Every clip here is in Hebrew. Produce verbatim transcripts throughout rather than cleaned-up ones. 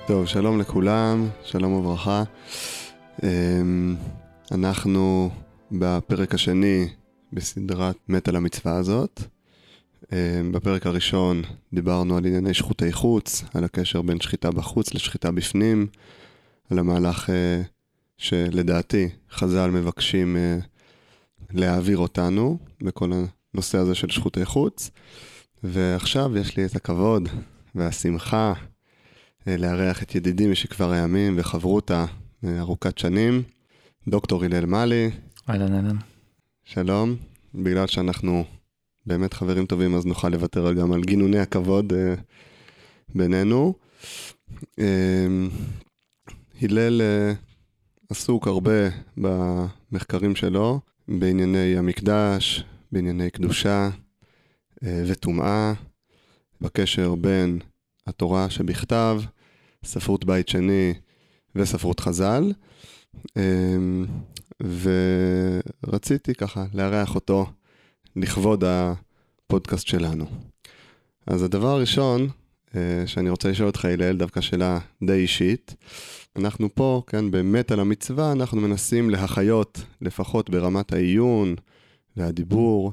טוב, שלום לכולם, שלום וברכה. אנחנו בפרק השני בסדרת מת על המצווה הזאת. בפרק הראשון דיברנו על ענייני שחוטי חוץ, על הקשר בין שחיטה בחוץ לשחיטה בפנים, על המהלך שלדעתי חז"ל מבקשים להעביר אותנו בכל הנושא הזה של שחוטי חוץ. ועכשיו יש לי את הכבוד והשמחה לארח את ידידי משכבר הימים וחברותה ארוכת שנים, דוקטור הלל מאלי. אהלן אהלן. שלום. בגלל שאנחנו באמת חברים טובים, אז נוכל לוותר גם על גינוני הכבוד אה, בינינו. אה, הלל אה, עסוק הרבה במחקרים שלו, בענייני המקדש, בענייני קדושה אה, וטומאה, בקשר בין התורה שבכתב, ספרות בית שני וספרות חז"ל, ורציתי ככה לארח אותו לכבוד הפודקאסט שלנו. אז הדבר הראשון שאני רוצה לשאול אותך, הלל, דווקא שאלה די אישית. אנחנו פה, כן, באמת על המצווה, אנחנו מנסים להחיות, לפחות ברמת העיון והדיבור,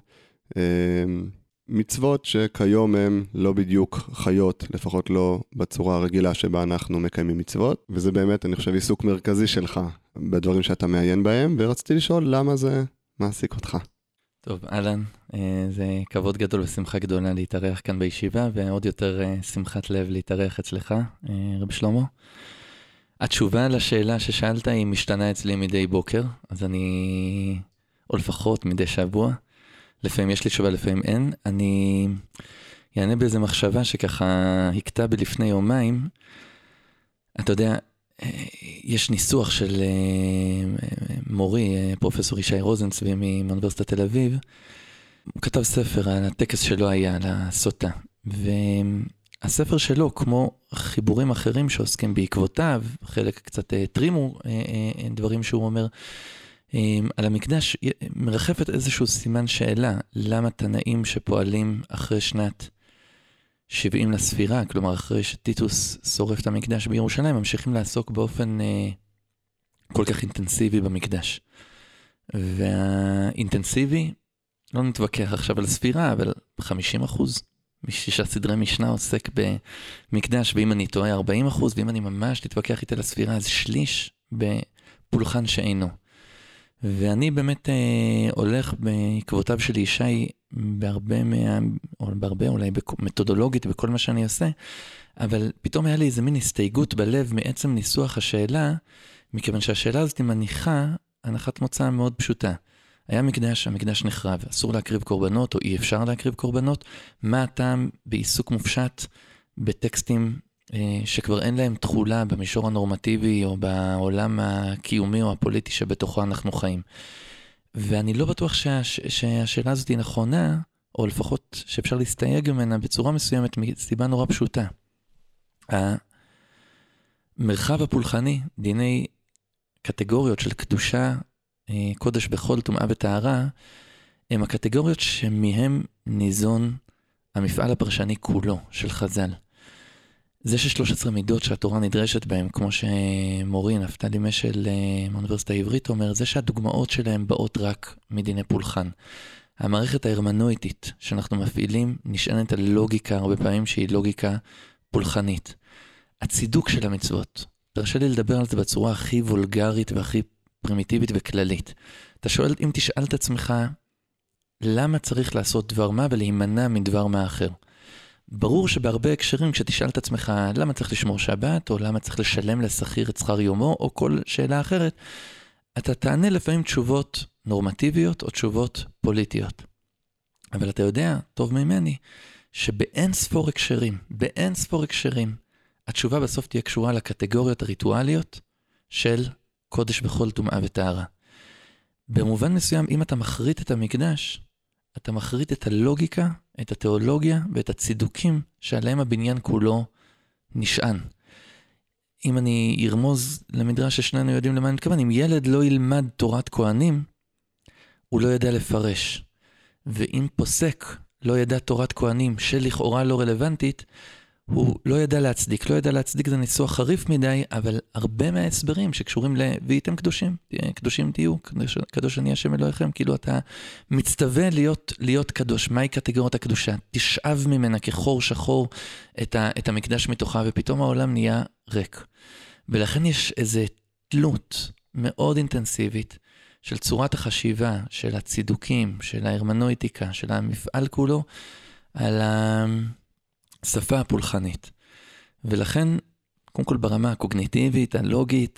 מצוות שכיום הם לא בדיוק חיות, לפחות לא בצורה הרגילה שבה אנחנו מקיימים מצוות, וזה באמת, אני חושב, עיסוק מרכזי שלך בדברים שאתה מעיין בהם, ורציתי לשאול למה זה מעסיק אותך. טוב, אהלן, זה כבוד גדול ושמחה גדולה להתארח כאן בישיבה, ועוד יותר שמחת לב להתארח אצלך, רב שלמה. התשובה לשאלה ששאלת היא משתנה אצלי מדי בוקר, אז אני, או לפחות מדי שבוע, לפעמים יש לי תשובה, לפעמים אין. אני יענה באיזה מחשבה שככה הכתה בי לפני יומיים. אתה יודע, יש ניסוח של מורי, פרופסור ישי רוזנצבי מאוניברסיטת תל אביב. הוא כתב ספר על הטקס שלו היה, על הסוטה. והספר שלו, כמו חיבורים אחרים שעוסקים בעקבותיו, חלק קצת תרימו דברים שהוא אומר, על המקדש מרחפת איזשהו סימן שאלה, למה תנאים שפועלים אחרי שנת שבעים לספירה, כלומר אחרי שטיטוס שורף את המקדש בירושלים, ממשיכים לעסוק באופן אה, כל כך אינטנסיבי במקדש. והאינטנסיבי, לא נתווכח עכשיו על ספירה, אבל חמישים אחוז, משישה סדרי משנה עוסק במקדש, ואם אני טועה ארבעים אחוז, ואם אני ממש תתווכח איתה לספירה, אז שליש בפולחן שאינו. ואני באמת אה, הולך בעקבותיו של ישי בהרבה, מה, או בהרבה אולי במתודולוגית בכל מה שאני עושה, אבל פתאום היה לי איזה מין הסתייגות בלב מעצם ניסוח השאלה, מכיוון שהשאלה הזאת מניחה הנחת מוצא מאוד פשוטה. היה מקדש, המקדש נחרב, אסור להקריב קורבנות או אי אפשר להקריב קורבנות, מה הטעם בעיסוק מופשט בטקסטים שכבר אין להם תחולה במישור הנורמטיבי או בעולם הקיומי או הפוליטי שבתוכו אנחנו חיים. ואני לא בטוח שהש... שהשאלה הזאת היא נכונה, או לפחות שאפשר להסתייג ממנה בצורה מסוימת מסיבה נורא פשוטה. המרחב הפולחני, דיני קטגוריות של קדושה, קודש בכל טומאה וטהרה, הם הקטגוריות שמהם ניזון המפעל הפרשני כולו של חז"ל. זה ששלוש עשרה מידות שהתורה נדרשת בהם, כמו שמורי נפתלי משל מאוניברסיטה העברית אומר, זה שהדוגמאות שלהם באות רק מדיני פולחן. המערכת ההרמנויטית שאנחנו מפעילים נשענת על לוגיקה, הרבה פעמים שהיא לוגיקה פולחנית. הצידוק של המצוות, תרשה לי לדבר על זה בצורה הכי וולגרית והכי פרימיטיבית וכללית. אתה שואל, אם תשאל את עצמך, למה צריך לעשות דבר מה ולהימנע מדבר מה אחר? ברור שבהרבה הקשרים, כשתשאל את עצמך למה צריך לשמור שבת, או למה צריך לשלם לשכיר את שכר יומו, או כל שאלה אחרת, אתה תענה לפעמים תשובות נורמטיביות או תשובות פוליטיות. אבל אתה יודע, טוב ממני, שבאין ספור הקשרים, באין ספור הקשרים, התשובה בסוף תהיה קשורה לקטגוריות הריטואליות של קודש בכל טומאה וטהרה. במובן מסוים, אם אתה מחריט את המקדש, אתה מחריט את הלוגיקה, את התיאולוגיה ואת הצידוקים שעליהם הבניין כולו נשען. אם אני ארמוז למדרש ששנינו יודעים למה אני מתכוון, אם ילד לא ילמד תורת כהנים, הוא לא יודע לפרש. ואם פוסק לא ידע תורת כהנים שלכאורה לא רלוונטית, הוא לא ידע להצדיק, לא ידע להצדיק זה ניסוח חריף מדי, אבל הרבה מההסברים שקשורים ל... והייתם קדושים, קדושים תהיו, קדוש, קדוש אני השם אלוהיכם, כאילו אתה מצטווה להיות, להיות קדוש, מהי קטגוריית הקדושה? תשאב ממנה כחור שחור את, ה, את המקדש מתוכה, ופתאום העולם נהיה ריק. ולכן יש איזו תלות מאוד אינטנסיבית של צורת החשיבה, של הצידוקים, של ההרמנויטיקה, של המפעל כולו, על ה... שפה הפולחנית. ולכן, קודם כל ברמה הקוגניטיבית, הלוגית,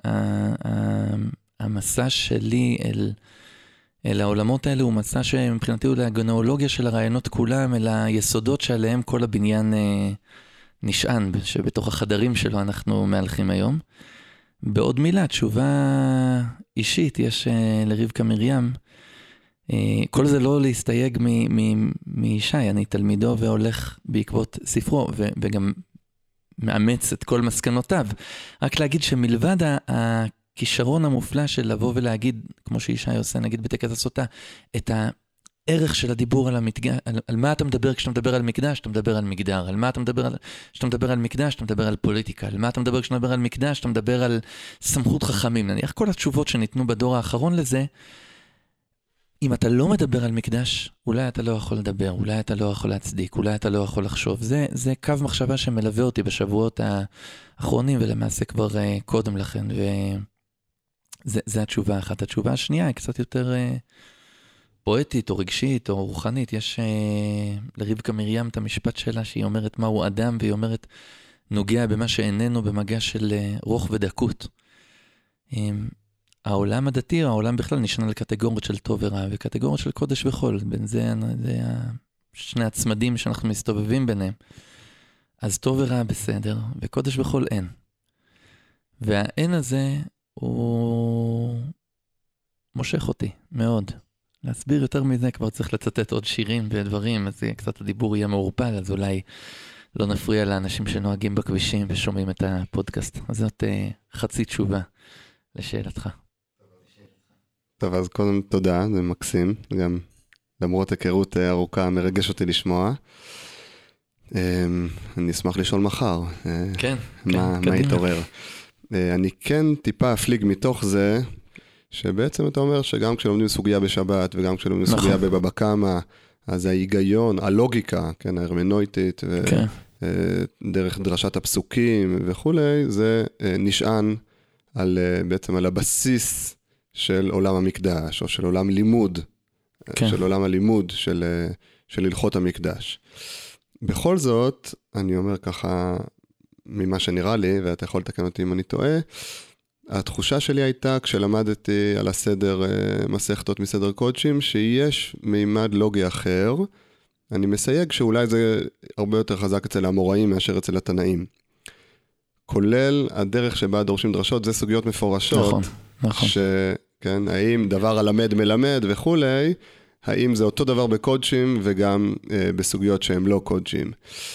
המסע שלי אל, אל העולמות האלה הוא מסע שמבחינתי הוא להגנאולוגיה של הרעיונות כולם, אל היסודות שעליהם כל הבניין נשען, שבתוך החדרים שלו אנחנו מהלכים היום. בעוד מילה, תשובה אישית, יש לרבקה מרים, כל זה לא להסתייג מישי, אני תלמידו והולך בעקבות ספרו, וגם מאמץ את כל מסקנותיו. רק להגיד שמלבד הכישרון המופלא של לבוא ולהגיד, כמו שישי עושה, נגיד בטקס הסוטה, את הערך של הדיבור על המקדש, על, על מה אתה מדבר כשאתה מדבר על מקדש, אתה מדבר על מגדר, על מה אתה מדבר על, כשאתה מדבר על מקדש, אתה מדבר על פוליטיקה, על מה אתה מדבר כשאתה מדבר על מקדש, אתה מדבר על סמכות חכמים. נניח כל התשובות שניתנו בדור האחרון לזה, אם אתה לא מדבר על מקדש, אולי אתה לא יכול לדבר, אולי אתה לא יכול להצדיק, אולי אתה לא יכול לחשוב. זה, זה קו מחשבה שמלווה אותי בשבועות האחרונים, ולמעשה כבר uh, קודם לכן, וזה התשובה אחת. התשובה השנייה היא קצת יותר uh, פואטית, או רגשית, או רוחנית. יש uh, לרבקה מרים את המשפט שלה, שהיא אומרת מהו אדם, והיא אומרת, נוגע במה שאיננו במגע של uh, רוח ודקות. Um, העולם הדתי, העולם בכלל נשען על קטגוריות של טוב ורע, וקטגוריות של קודש וחול, בין זה, זה שני הצמדים שאנחנו מסתובבים ביניהם. אז טוב ורע בסדר, וקודש וחול אין. והאין הזה הוא מושך אותי מאוד. להסביר יותר מזה, כבר צריך לצטט עוד שירים ודברים, אז קצת הדיבור יהיה מעורפל, אז אולי לא נפריע לאנשים שנוהגים בכבישים ושומעים את הפודקאסט. אז זאת חצי תשובה לשאלתך. טוב, אז קודם תודה, זה מקסים, גם למרות היכרות ארוכה מרגש אותי לשמוע. אני אשמח לשאול מחר. כן, מה, כן, מה יתעורר. אני כן טיפה אפליג מתוך זה, שבעצם אתה אומר שגם כשלומדים סוגיה בשבת, וגם כשלומדים נכון. סוגיה בבבא קמא, אז ההיגיון, הלוגיקה, כן, ההרמנויטית, כן. ודרך דרשת הפסוקים וכולי, זה נשען על, בעצם על הבסיס של עולם המקדש, או של עולם לימוד, כן. של עולם הלימוד של, של הלכות המקדש. בכל זאת, אני אומר ככה, ממה שנראה לי, ואתה יכול לתקן אותי אם אני טועה, התחושה שלי הייתה, כשלמדתי על הסדר מסכתות מסדר קודשים, שיש מימד לוגי אחר, אני מסייג שאולי זה הרבה יותר חזק אצל האמוראים מאשר אצל התנאים. כולל הדרך שבה דורשים דרשות, זה סוגיות מפורשות. נכון, נכון. שכן, האם דבר הלמד מלמד וכולי, האם זה אותו דבר בקודשים וגם אה, בסוגיות שהם לא קודשים.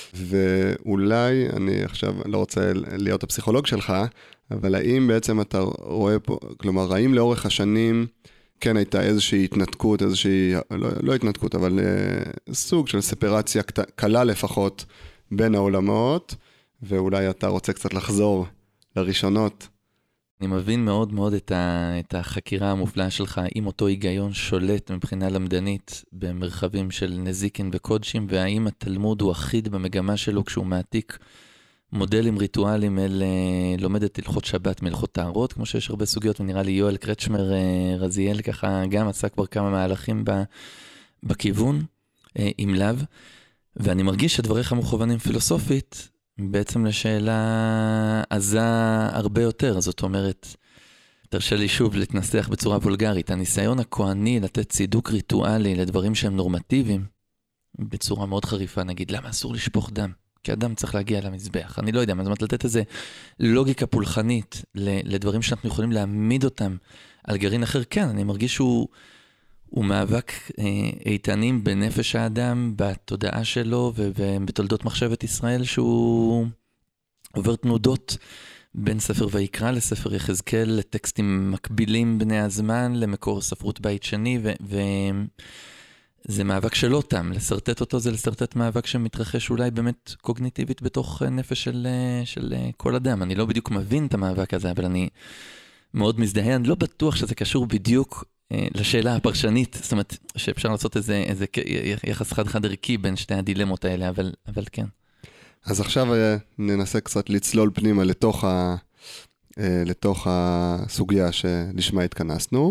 ואולי, אני עכשיו לא רוצה להיות הפסיכולוג שלך, אבל האם בעצם אתה רואה פה, כלומר, האם לאורך השנים כן הייתה איזושהי התנתקות, איזושהי, לא, לא התנתקות, אבל אה, סוג של ספרציה קלה לפחות בין העולמות, ואולי אתה רוצה קצת לחזור לראשונות. אני מבין מאוד מאוד את, ה, את החקירה המופלאה שלך, אם אותו היגיון שולט מבחינה למדנית במרחבים של נזיקין וקודשים, והאם התלמוד הוא אחיד במגמה שלו כשהוא מעתיק מודלים ריטואליים אל לומדת הלכות שבת מהלכות טהרות, כמו שיש הרבה סוגיות, ונראה לי יואל קרצ'מר רזיאל ככה גם עשה כבר כמה מהלכים בכיוון, עם לב, ואני מרגיש שדבריך מוכוונים פילוסופית, בעצם לשאלה עזה הרבה יותר, זאת אומרת, תרשה לי שוב להתנסח בצורה וולגרית, הניסיון הכהני לתת צידוק ריטואלי לדברים שהם נורמטיביים, בצורה מאוד חריפה, נגיד, למה אסור לשפוך דם? כי אדם צריך להגיע למזבח. אני לא יודע, זאת אומרת, לתת איזה לוגיקה פולחנית לדברים שאנחנו יכולים להעמיד אותם על גרעין אחר, כן, אני מרגיש שהוא הוא מאבק איתנים בנפש האדם, בתודעה שלו ובתולדות מחשבת ישראל, שהוא עובר תנודות בין ספר ויקרא לספר יחזקאל, לטקסטים מקבילים בני הזמן, למקור ספרות בית שני, ו... ו... זה מאבק שלא תם, לסרטט אותו זה לסרטט מאבק שמתרחש אולי באמת קוגניטיבית בתוך נפש של, של כל אדם. אני לא בדיוק מבין את המאבק הזה, אבל אני מאוד מזדהה, אני לא בטוח שזה קשור בדיוק לשאלה הפרשנית, זאת אומרת שאפשר לעשות איזה, איזה יחס חד-חד ערכי בין שתי הדילמות האלה, אבל, אבל כן. אז עכשיו ננסה קצת לצלול פנימה לתוך, ה, לתוך הסוגיה שלשמה התכנסנו,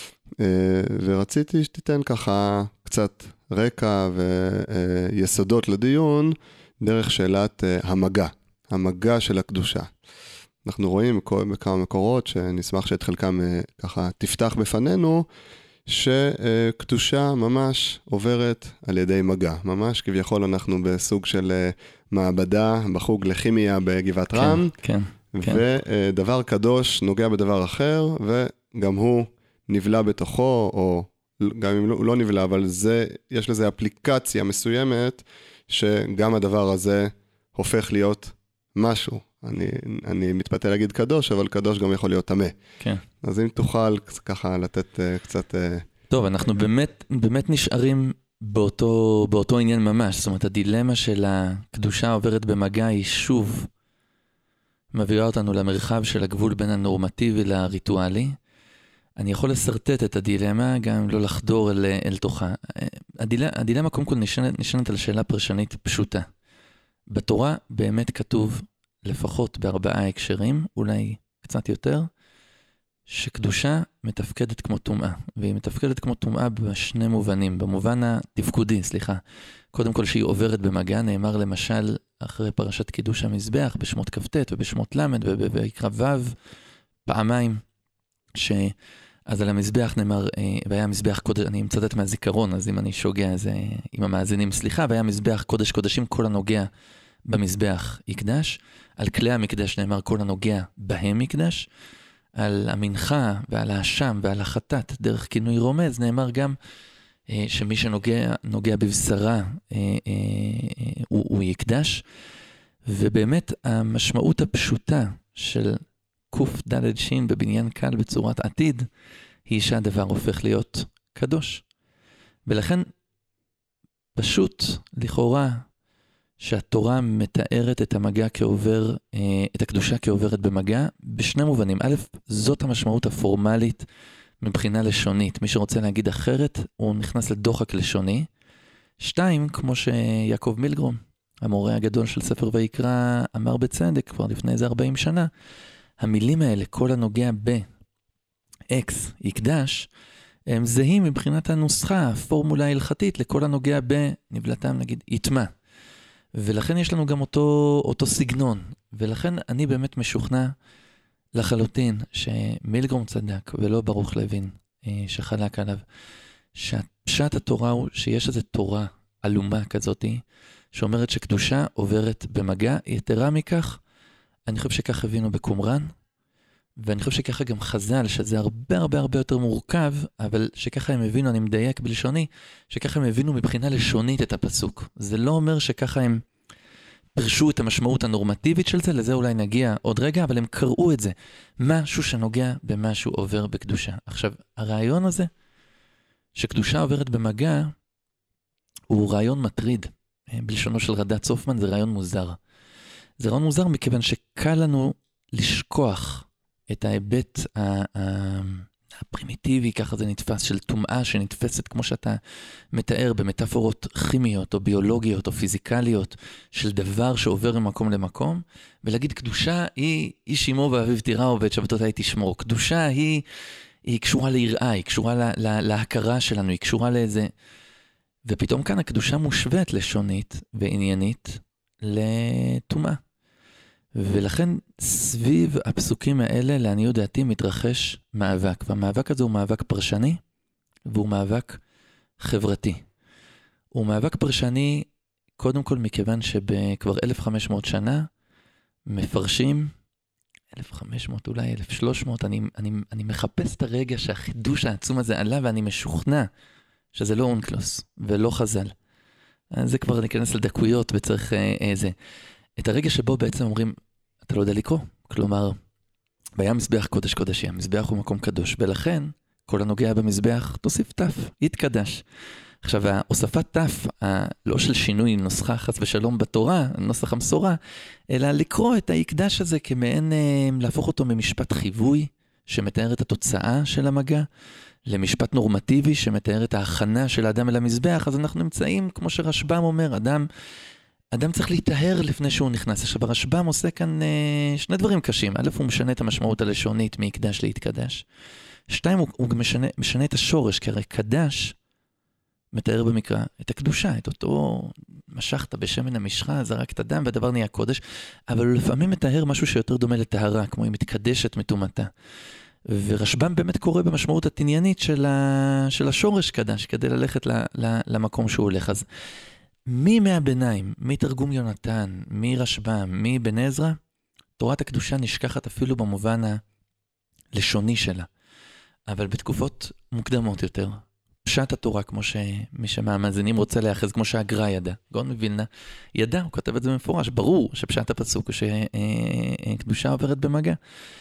ורציתי שתיתן ככה קצת רקע ויסודות לדיון דרך שאלת המגע, המגע של הקדושה. אנחנו רואים בכמה מקורות שנשמח שאת חלקם ככה תפתח בפנינו, שקדושה ממש עוברת על ידי מגע. ממש כביכול אנחנו בסוג של מעבדה בחוג לכימיה בגבעת כן, רם, כן, כן. ודבר קדוש נוגע בדבר אחר, וגם הוא נבלע בתוכו, או גם אם הוא לא נבלע, אבל זה, יש לזה אפליקציה מסוימת, שגם הדבר הזה הופך להיות משהו. אני, אני מתפתה להגיד קדוש, אבל קדוש גם יכול להיות טמא. כן. אז אם תוכל ככה לתת uh, קצת... Uh... טוב, אנחנו באמת, באמת נשארים באותו, באותו עניין ממש. זאת אומרת, הדילמה של הקדושה עוברת במגע היא שוב מביאה אותנו למרחב של הגבול בין הנורמטיבי לריטואלי. אני יכול לסרטט את הדילמה, גם לא לחדור אל, אל תוכה. הדילמה, הדילמה קודם כל נשענת, נשענת על שאלה פרשנית פשוטה. בתורה באמת כתוב, לפחות בארבעה הקשרים, אולי קצת יותר, שקדושה מתפקדת כמו טומאה, והיא מתפקדת כמו טומאה בשני מובנים, במובן התפקודי, סליחה. קודם כל שהיא עוברת במגע, נאמר למשל אחרי פרשת קידוש המזבח, בשמות כ"ט ובשמות ל' וביקרא ו', פעמיים, שאז על המזבח נאמר, והיה מזבח קודש, אני מצטט מהזיכרון, אז אם אני שוגע, אז עם המאזינים, סליחה, והיה מזבח קודש קודשים, כל הנוגע במזבח יקדש, על כלי המקדש נאמר כל הנוגע בהם יקדש, על המנחה ועל האשם ועל החטאת, דרך כינוי רומז, נאמר גם אה, שמי שנוגע נוגע בבשרה אה, אה, אה, הוא, הוא יקדש, ובאמת המשמעות הפשוטה של קוף ד' שין בבניין קל בצורת עתיד, היא שהדבר הופך להיות קדוש. ולכן פשוט לכאורה שהתורה מתארת את המגע כעובר, את הקדושה כעוברת במגע, בשני מובנים. א', זאת המשמעות הפורמלית מבחינה לשונית. מי שרוצה להגיד אחרת, הוא נכנס לדוחק לשוני. שתיים, כמו שיעקב מילגרום, המורה הגדול של ספר ויקרא, אמר בצדק, כבר לפני איזה ארבעים שנה, המילים האלה, כל הנוגע ב-X, יקדש, הם זהים מבחינת הנוסחה, הפורמולה ההלכתית, לכל הנוגע בנבלתם, נגיד, יתמה. ולכן יש לנו גם אותו, אותו סגנון, ולכן אני באמת משוכנע לחלוטין שמילגרום צדק ולא ברוך לוין שחלק עליו, שפשט התורה הוא שיש איזו תורה אלומה כזאת, שאומרת שקדושה עוברת במגע, יתרה מכך, אני חושב שכך הבינו בקומראן, ואני חושב שככה גם חז"ל, שזה הרבה הרבה הרבה יותר מורכב, אבל שככה הם הבינו, אני מדייק בלשוני, שככה הם הבינו מבחינה לשונית את הפסוק. זה לא אומר שככה הם פרשו את המשמעות הנורמטיבית של זה, לזה אולי נגיע עוד רגע, אבל הם קראו את זה. משהו שנוגע במשהו עובר בקדושה. עכשיו, הרעיון הזה, שקדושה עוברת במגע, הוא רעיון מטריד. בלשונו של רד"צ צופמן זה רעיון מוזר. זה רעיון מוזר מכיוון שקל לנו לשכוח את ההיבט הפרימיטיבי, ככה זה נתפס, של טומאה שנתפסת כמו שאתה מתאר במטאפורות כימיות או ביולוגיות או פיזיקליות של דבר שעובר ממקום למקום, ולהגיד קדושה היא איש אמו ואביו תיראו ואת שבתותיי תשמור. קדושה היא, היא קשורה ליראה, היא קשורה לה, לה, להכרה שלנו, היא קשורה לאיזה... ופתאום כאן הקדושה מושווית לשונית ועניינית לטומאה. ולכן סביב הפסוקים האלה, לעניות דעתי, מתרחש מאבק. והמאבק הזה הוא מאבק פרשני, והוא מאבק חברתי. הוא מאבק פרשני, קודם כל מכיוון שבכבר אלף וחמש מאות שנה, מפרשים, אלף וחמש מאות אולי אלף ושלוש מאות, אני, אני, אני מחפש את הרגע שהחידוש העצום הזה עלה, ואני משוכנע שזה לא אונקלוס ולא חז"ל. זה כבר ניכנס לדקויות וצריך איזה... את הרגע שבו בעצם אומרים, אתה לא יודע לקרוא. כלומר, והיה מזבח קודש קודשי, המזבח הוא מקום קדוש, ולכן כל הנוגע במזבח תוסיף תף, יתקדש. עכשיו, ההוספת תף, לא של שינוי נוסחה חס ושלום בתורה, נוסח המסורה, אלא לקרוא את ההקדש הזה כמעין, להפוך אותו ממשפט חיווי, שמתאר את התוצאה של המגע, למשפט נורמטיבי, שמתאר את ההכנה של האדם אל המזבח. אז אנחנו נמצאים, כמו שרשב"ם אומר, אדם, אדם צריך להתאהר לפני שהוא נכנס. עכשיו, הרשב"ם עושה כאן אה, שני דברים קשים. א', הוא משנה את המשמעות הלשונית מקדש להתקדש. שתיים, הוא, הוא משנה, משנה את השורש, כי הרי קדש מתאר במקרא את הקדושה, את אותו משכת בשמן המשחה, זרקת דם והדבר נהיה קודש, אבל הוא לפעמים מתאר משהו שיותר דומה לטהרה, כמו היא מתקדשת מטומאתה. ורשב"ם באמת קורא במשמעות התניינית של, ה... של השורש קדש, כדי ללכת ל... ל... למקום שהוא הולך. אז מי מהביניים, מי תרגום יונתן, מי רשב"ם, מי בן עזרא, תורת הקדושה נשכחת אפילו במובן הלשוני שלה. אבל בתקופות מוקדמות יותר, פשט התורה, כמו שמי שמאזינים רוצה להיאחז, כמו שהגר"א ידע, גאון מווילנה ידע, הוא כתב את זה במפורש, ברור שפשט הפסוק, שקדושה עוברת במגע.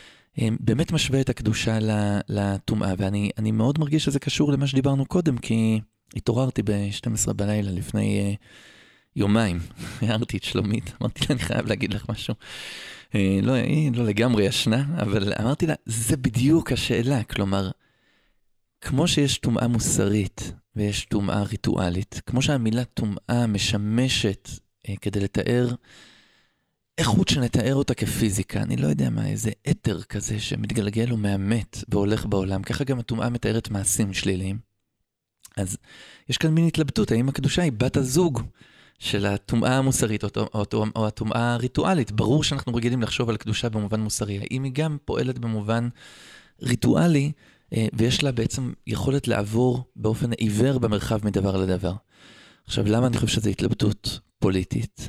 באמת משווה את הקדושה לטומאה, ואני אני מאוד מרגיש שזה קשור למה שדיברנו קודם, כי התעוררתי ב-שתים עשרה בלילה לפני יומיים, הערתי את שלומית, אמרתי לה, אני חייב להגיד לך משהו. לא, היא לא לגמרי ישנה, אבל אמרתי לה, זה בדיוק השאלה, כלומר, כמו שיש טומאה מוסרית ויש טומאה ריטואלית, כמו שהמילה טומאה משמשת אה, כדי לתאר איכות שנתאר אותה כפיזיקה, אני לא יודע מה, איזה אתר כזה שמתגלגל ומאמת והולך בעולם, ככה גם הטומאה מתארת מעשים שליליים. אז יש כאן מין התלבטות, האם הקדושה היא בת הזוג של הטומאה המוסרית או, או, או, או הטומאה הריטואלית. ברור שאנחנו רגילים לחשוב על קדושה במובן מוסרי, האם היא גם פועלת במובן ריטואלי, ויש לה בעצם יכולת לעבור באופן עיוור במרחב מדבר לדבר. עכשיו, למה אני חושב שזו התלבטות פוליטית?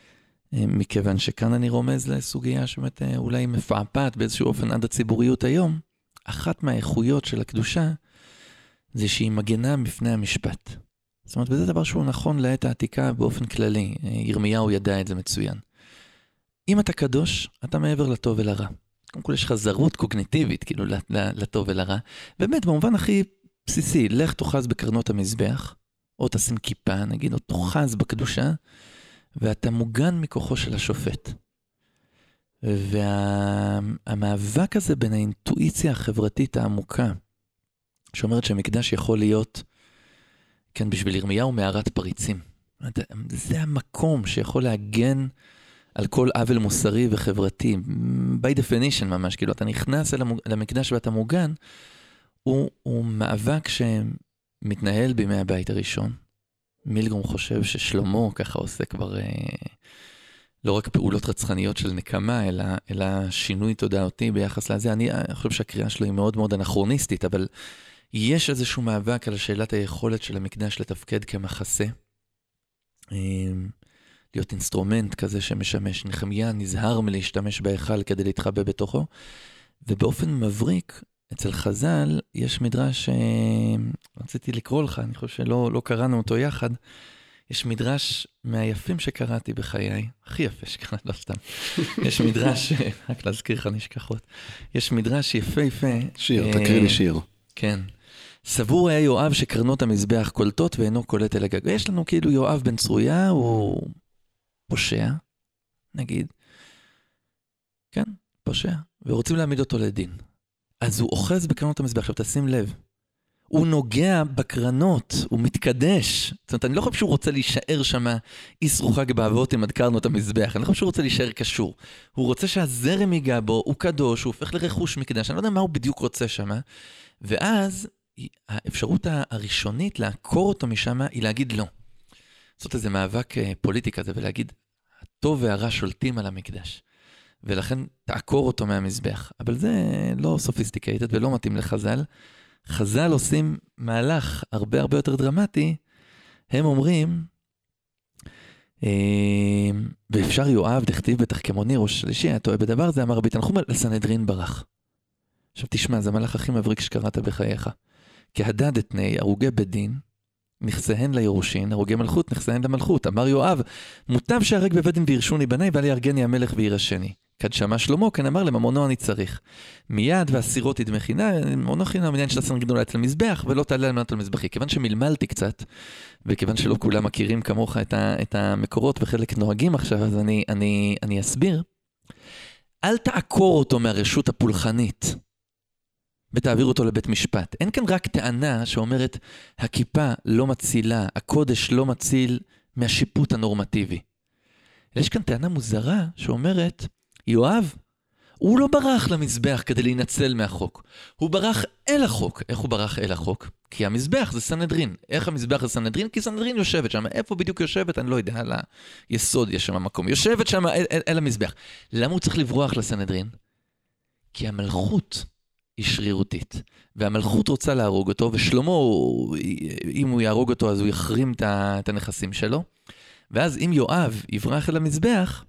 מכיוון שכאן אני רומז לסוגיה שבאמת אולי מפעפעת באיזשהו אופן עד הציבוריות היום. אחת מהאיכויות של הקדושה זה שהיא מגנה מפני המשפט. זאת אומרת, וזה דבר שהוא נכון לעת העתיקה באופן כללי. ירמיהו ידע את זה מצוין. אם אתה קדוש, אתה מעבר לטוב ולרע. קודם כל יש חזרות קוגניטיבית, כאילו, לטוב ולרע. באמת, במובן הכי בסיסי, לך תוחז בקרנות המזבח, או תשים כיפה, נגיד, או תוחז בקדושה, ואתה מוגן מכוחו של השופט. והמאבק הזה בין האינטואיציה החברתית העמוקה, שאומרת שהמקדש יכול להיות, כן, בשביל ירמיהו מערת פריצים. זה המקום שיכול להגן על כל עוול מוסרי וחברתי, by definition ממש, כאילו, אתה נכנס אל המקדש ואתה מוגן, הוא, הוא מאבק שמתנהל בימי הבית הראשון. מילגרום חושב ששלמה ככה עושה כבר, אה, לא רק פעולות רצחניות של נקמה, אלא, אלא שינוי תודעתי ביחס לזה. אני חושב שהקריאה שלו היא מאוד מאוד אנכרוניסטית, אבל יש איזשהו מאבק על שאלת היכולת של המקדש לתפקד כמחסה, אה, להיות אינסטרומנט כזה שמשמש. נחמיה נזהר מלהשתמש בהיכל כדי להתחבא בתוכו, ובאופן מבריק, אצל חז"ל יש מדרש שרציתי לקרוא לך, אני חושב שלא לא קראנו אותו יחד, יש מדרש מהיפים שקראתי בחיי, הכי יפה שקראתי, לא סתם. יש מדרש, רק להזכיר לך נשכחות, יש מדרש יפה יפה. שיר, תקריא לי שיר. כן. סבור היה יואב שקרנות המזבח קולטות ואינו קולט אל הגג. יש לנו כאילו יואב בן צרויה, הוא פושע, נגיד. כן, פושע. ורוצים להעמיד אותו לדין. אז הוא אוחז בקרנות המזבח. עכשיו תשים לב. הוא נוגע בקרנות, הוא מתקדש. זאת אומרת, אני לא חושב שהוא רוצה להישאר שמה, איסרו חג באבות עד קרנות המזבח. אני לא חושב שהוא רוצה להישאר קשור. הוא רוצה שהזרם ייגע בו, הוא קדוש, הוא הופך לרכוש מקדש. אני לא יודע מה הוא בדיוק רוצה שמה. ואז האפשרות הראשונית לעקור אותו משם היא להגיד לא. זאת איזה מאבק פוליטי כזה, ולהגיד, הטוב והרע שולטים על המקדש. ולכן תעקור אותו מהמזבח. אבל זה לא סופיסטיקייטד ולא מתאים לחז"ל. חז"ל עושים מהלך הרבה הרבה יותר דרמטי. הם אומרים, ואפשר יואב דכתיב בתחכמוני ראש שלישי, היה טועה בדבר זה, אמר רבי תנחום על סנהדרין ברח. עכשיו תשמע, זה המהלך הכי מבריק שקראת בחייך. כהדד אתני, הרוגי בדין, נכסיהן לירושין, הרוגי מלכות, נכסיהן למלכות. אמר יואב, מוטב שהרג בבית דין וירשוני בני, ואל יהרגני המלך וירשני. כד שמע שלמה, כן אמר לממונו אני צריך. מיד והסירות ידמכינה, ממונו חינה מניין של הסנהדרין עולה אצל מזבח, ולא תעלה על מנת על מזבחי. כיוון שמלמלתי קצת, וכיוון שלא כולם מכירים כמוך את, ה, את המקורות, וחלק נוהגים עכשיו, אז אני, אני, אני אסביר. אל תעקור אותו מהרשות הפולחנית, ותעביר אותו לבית משפט. אין כאן רק טענה שאומרת, הכיפה לא מצילה, הקודש לא מציל מהשיפוט הנורמטיבי. יש כאן טענה מוזרה שאומרת, יואב, הוא לא ברח למזבח כדי להינצל מהחוק. הוא ברח אל החוק. איך הוא ברח אל החוק? כי המזבח זה סנהדרין. איך המזבח זה סנהדרין? כי סנהדרין יושבת שם. איפה בדיוק יושבת? אני לא יודע, על היסוד יש שם מקום. יושבת שם אל, אל, אל המזבח. למה הוא צריך לברוח לסנהדרין? כי המלכות היא שרירותית. והמלכות רוצה להרוג אותו, ושלמה, אם הוא יהרוג אותו, אז הוא יחרים את הנכסים שלו. ואז אם יואב יברח אל המזבח,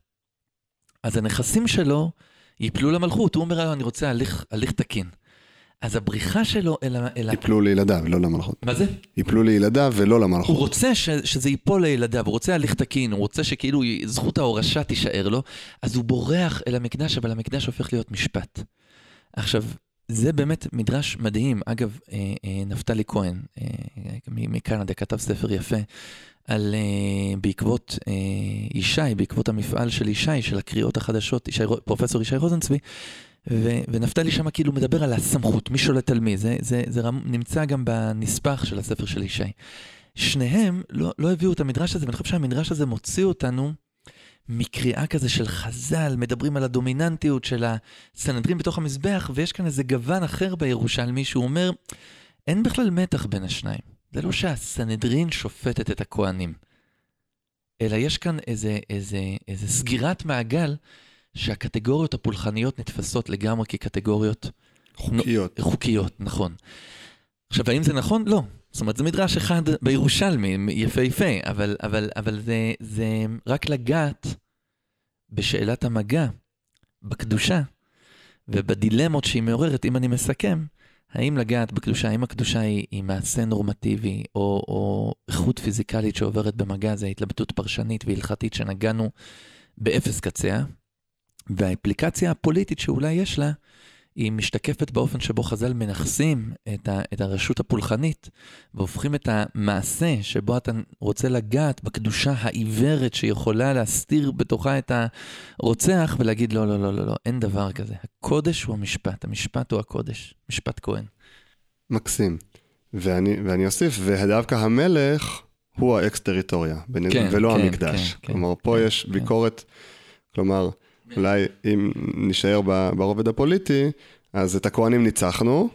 אז הנכסים שלו ייפלו למלכות. הוא אומר, אני רוצה הליך, הליך תקין. אז הבריחה שלו אל... אל... ייפלו לילדיו, לא למלכות. מה זה? ייפלו לילדיו ולא למלכות. הוא רוצה ש... שזה ייפול לילדיו, הוא רוצה הליך תקין, הוא רוצה שכאילו זכות ההורשה תישאר לו, אז הוא בורח אל המקדש, אבל המקדש הופך להיות משפט. עכשיו, זה באמת מדרש מדהים. אגב, נפתלי כהן, מקנדה, כתב ספר יפה, על uh, בעקבות uh, ישי, בעקבות המפעל של ישי, של הקריאות החדשות, ישי, פרופסור ישי רוזנצבי, ו, ונפתלי שם כאילו מדבר על הסמכות, מי שולט על מי, זה, זה, זה נמצא גם בנספח של הספר של ישי. שניהם לא, לא הביאו את המדרש הזה, ואני חושב שהמדרש הזה מוציא אותנו מקריאה כזה של חז"ל, מדברים על הדומיננטיות של הסנהדרין בתוך המזבח, ויש כאן איזה גוון אחר בירושלמי, שהוא אומר, אין בכלל מתח בין השניים. זה לא שהסנהדרין שופטת את הכהנים, אלא יש כאן איזה, איזה, איזה סגירת מעגל שהקטגוריות הפולחניות נתפסות לגמרי כקטגוריות חוקיות. נ... חוקיות, נכון. עכשיו, האם זה נכון? לא. זאת אומרת, זה מדרש אחד בירושלמי, יפה יפה, אבל, אבל, אבל זה, זה רק לגעת בשאלת המגע, בקדושה, ובדילמות שהיא מעוררת, אם אני מסכם, האם לגעת בקדושה, האם הקדושה היא, היא מעשה נורמטיבי, או, או איכות פיזיקלית שעוברת במגע, זה התלבטות פרשנית והלכתית שנגענו באפס קצה, והאפליקציה הפוליטית שאולי יש לה, היא משתקפת באופן שבו חז"ל מנחסים את, ה, את הרשות הפולחנית, והופכים את המעשה שבו אתה רוצה לגעת בקדושה העיוורת שיכולה להסתיר בתוכה את הרוצח, ולהגיד לא, לא, לא, לא, לא, אין דבר כזה. הקודש הוא המשפט, המשפט הוא הקודש, משפט כהן. מקסים. ואני, ואני אוסיף, ודווקא המלך הוא האקס-טריטוריה, כן, ולא כן, המקדש. כן, כלומר, כן, פה כן, יש ביקורת, כן. כלומר, אולי אם נשאר ברובד הפוליטי, אז את הכהנים ניצחנו,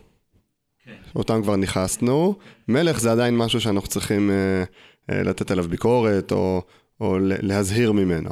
אותם כבר נכנסנו, מלך זה עדיין משהו שאנחנו צריכים לתת עליו ביקורת, או, או להזהיר ממנו.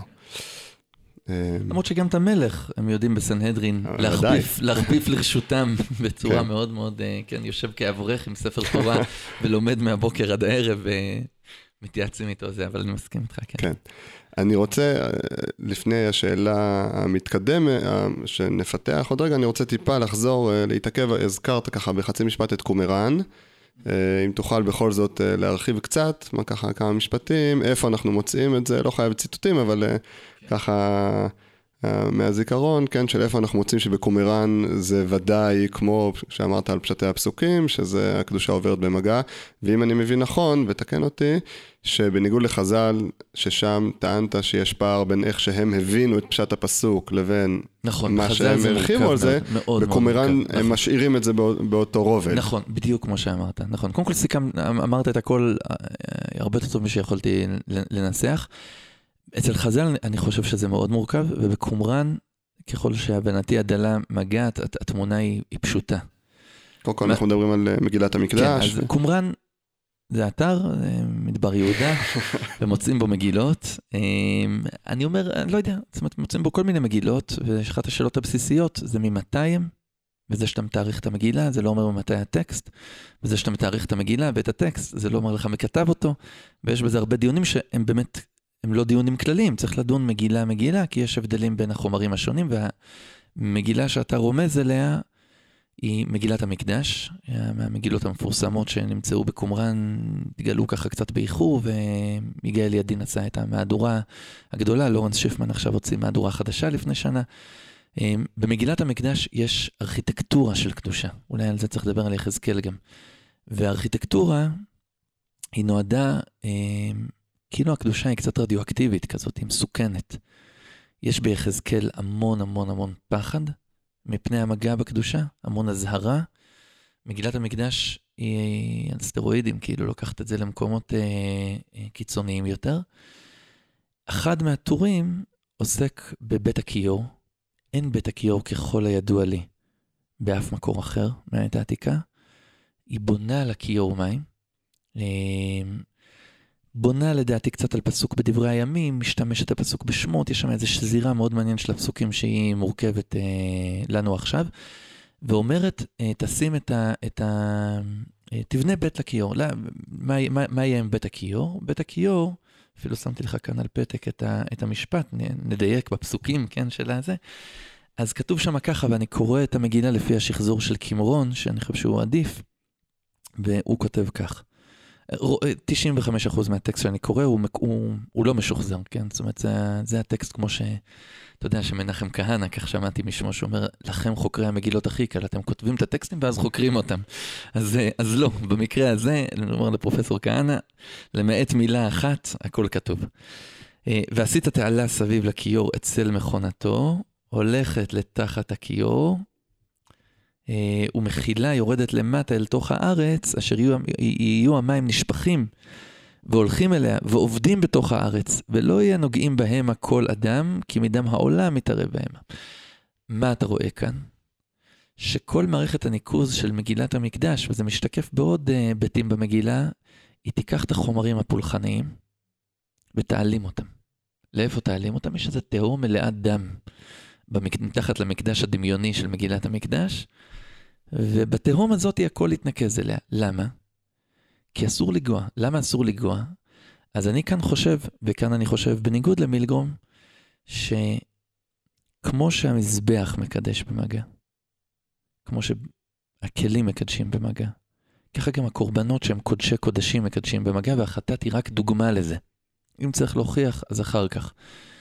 למרות שגם את המלך, הם יודעים בסנהדרין, להרביף, להרביף לרשותם בצורה מאוד מאוד, כן, יושב כאברך עם ספר תורה, ולומד מהבוקר עד הערב, ומתייעצים איתו זה, אבל אני מסכים איתך, כן. כן. אני רוצה, לפני השאלה המתקדמת, שנפתח עוד רגע, אני רוצה טיפה לחזור, להתעכב, הזכרת ככה בחצי משפט את קומראן, אם תוכל בכל זאת להרחיב קצת, מה ככה כמה משפטים, איפה אנחנו מוצאים את זה, לא חייב ציטוטים, אבל ככה מהזיכרון, כן, של איפה אנחנו מוצאים שבקומראן זה ודאי כמו שאמרת על פשטי הפסוקים, שזה הקדושה עוברת במגע, ואם אני מבין נכון, ותקן אותי, שבניגוד לחז"ל, ששם טענת שיש פער בין איך שהם הבינו את פשט הפסוק, לבין נכון, מה שהם הרחיבו על זה, בקומראן הם נכון. משאירים את זה באותו רובד. נכון, בדיוק כמו שאמרת. נכון, קודם כל סיכם, אמרת את הכל הרבה יותר טוב משיכולתי לנסח. אצל חז"ל אני חושב שזה מאוד מורכב, ובקומראן, ככל שהבנתי הדלה מגעת, התמונה היא, היא פשוטה. קודם כל אנחנו מדברים על מגילת המקדש. כן, אז קומראן זה אתר, מדבר יהודה, ומוצאים בו מגילות. אני אומר, אני לא יודע, זאת אומרת, מוצאים בו כל מיני מגילות, ואחת השאלות הבסיסיות זה ממתי הם, וזה שאתה מתאריך את המגילה, זה לא אומר ממתי הטקסט, וזה שאתה מתאריך את המגילה ואת הטקסט, זה לא אומר לך מי כתב אותו, ויש בזה הרבה דיונים שהם באמת, הם לא דיונים כלליים, צריך לדון מגילה מגילה, כי יש הבדלים בין החומרים השונים, והמגילה שאתה רומז אליה, היא מגילת המקדש, מהמגילות המפורסמות שנמצאו בקומראן, התגלו ככה קצת באיחור, ומיגאל ידין עשה את המהדורה הגדולה, לורנס שיפמן עכשיו הוציא מהדורה חדשה לפני שנה, במגילת המקדש יש ארכיטקטורה של קדושה. אולי על זה צריך לדבר על יחזקאל גם. והארכיטקטורה היא נועדה, כאילו הקדושה היא קצת רדיואקטיבית כזאת, היא מסוכנת. יש ביחזקאל המון המון המון פחד מפני המגע בקדושה, המון הזהרה. מגילת המקדש היא על סטרואידים, כאילו לוקחת את זה למקומות אה, אה, קיצוניים יותר. אחד מהטורים עוסק בבית הכיור. אין בית הכיור ככל הידוע לי באף מקור אחר מהעת העתיקה. היא בונה על הכיור מים. אה, בונה לדעתי קצת על פסוק בדברי הימים, משתמשת הפסוק בשמות, יש שם איזו שזירה מאוד מעניין של הפסוקים שהיא מורכבת אה, לנו עכשיו. ואומרת, תשים את ה... את ה תבנה בית לכיור. לא, מה, מה, מה יהיה עם בית הכיור? בית הכיור, אפילו שמתי לך כאן על פתק את, ה, את המשפט, נדייק בפסוקים, כן, של הזה. אז כתוב שם ככה, ואני קורא את המגילה לפי השחזור של קימרון, שאני חושב שהוא עדיף, והוא כותב כך. תשעים וחמישה אחוז מהטקסט שאני קורא, הוא, הוא, הוא לא משוחזר, כן? זאת אומרת, זה, זה הטקסט כמו ש... אתה יודע שמנחם כהנא, כך שמעתי משמו, שאומר, לכם חוקרי המגילות הכי קל, אתם כותבים את הטקסטים ואז חוקרים אותם. אז, אז לא, במקרה הזה, אני אומר לפרופסור כהנא, למעט מילה אחת, הכל כתוב. ועשית תעלה סביב לכיור אצל מכונתו, הולכת לתחת הכיור, ומחילה יורדת למטה אל תוך הארץ, אשר יהיו, יהיו המים נשפכים, והולכים אליה, ועובדים בתוך הארץ, ולא יהיה נוגעים בהם הכל אדם, כי מדם העולם מתערב בהם. מה אתה רואה כאן? שכל מערכת הניקוז של מגילת המקדש, וזה משתקף בעוד uh, ביתים במגילה, היא תיקח את החומרים הפולחניים, ותעלים אותם. לאיפה תעלים אותם? יש איזה תהום מלאת דם, מתחת למקדש הדמיוני של מגילת המקדש, ובתהום הזאת הכל יתנקז אליה. למה? כי אסור לגוע. למה אסור לגוע? אז אני כאן חושב, וכאן אני חושב בניגוד למילגרום, שכמו שהמזבח מקדש במגע, כמו שהכלים מקדשים במגע, ככה גם הקורבנות שהם קודשי קודשים מקדשים במגע, והחטאת היא רק דוגמה לזה. אם צריך להוכיח, אז אחר כך.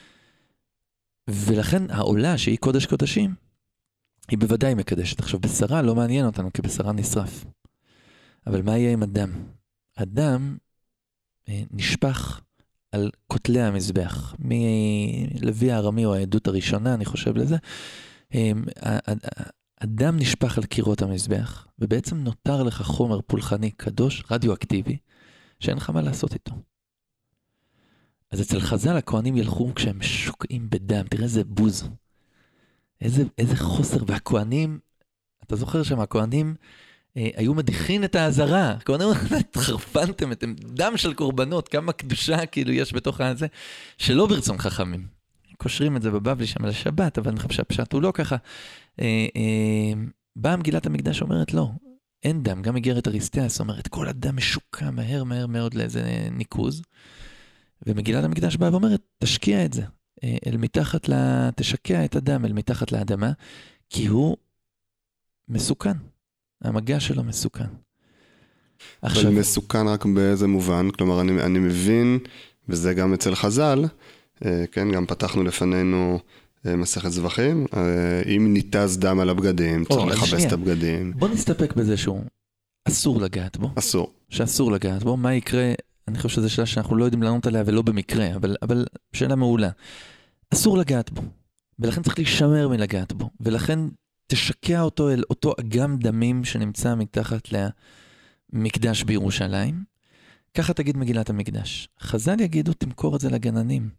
ולכן העולה שהיא קודש קודשים, היא בוודאי מקדשת. עכשיו, בשרה לא מעניין אותנו, כי בשרה נשרף. אבל מה יהיה עם הדם? הדם אה, נשפך על כותלי המזבח. מלוי הארמי או העדות הראשונה, אני חושב לזה. אה, הדם נשפך על קירות המזבח, ובעצם נותר לך חומר פולחני קדוש, רדיואקטיבי, שאין לך מה לעשות איתו. אז אצל חז"ל הכהנים ילכו כשהם משוקעים בדם. תראה איזה בוז. איזה, איזה חוסר. והכהנים, אתה זוכר שם, הכהנים אה, היו מדיחים את העזרה. הכהנים חרפנתם את דם של קורבנות, כמה קדושה כאילו יש בתוך הזה, שלא ברצון חכמים. קושרים את זה בבבלי שם על השבת, אבל אני חושב שהפשט הוא לא ככה. אה, אה, באה מגילת המקדש אומרת לא, אין דם. גם מגרת אריסטאס אומרת, כל הדם משוקע מהר מהר מאוד לאיזה ניקוז. ומגילת המקדש באה ואומרת, תשקיע את זה, אל מתחת, לה, תשקע את הדם אל מתחת לאדמה, כי הוא מסוכן. המגע שלו מסוכן. עכשיו... אבל מסוכן רק באיזה מובן, כלומר אני, אני מבין, וזה גם אצל חז"ל, כן, גם פתחנו לפנינו מסכת זבחים, אם ניתז דם על הבגדים, צריך לחבש את הבגדים. בוא נסתפק בזה שהוא אסור לגעת בו. אסור. שאסור לגעת בו, מה יקרה... אני חושב שזו שאלה שאנחנו לא יודעים לענות עליה ולא במקרה, אבל, אבל שאלה מעולה. אסור לגעת בו, ולכן צריך להישמר מלגעת בו, ולכן תשקע אותו אל אותו אגם דמים שנמצא מתחת למקדש בירושלים. ככה תגיד מגילת המקדש. חז"ל יגידו, תמכור את זה לגננים,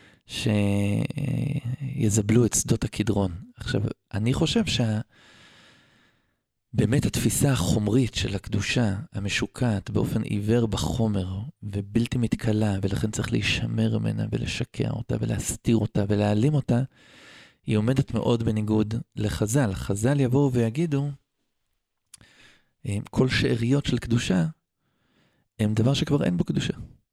שיזבלו את שדות הקדרון. עכשיו, אני חושב שה... באמת התפיסה החומרית של הקדושה המשוקעת באופן עיוור בחומר ובלתי מתקלה, ולכן צריך להישמר ממנה ולשקע אותה ולהסתיר אותה ולהעלים אותה, היא עומדת מאוד בניגוד לחז"ל. חז"ל יבואו ויגידו, כל שאריות של קדושה הם דבר שכבר אין בו קדושה.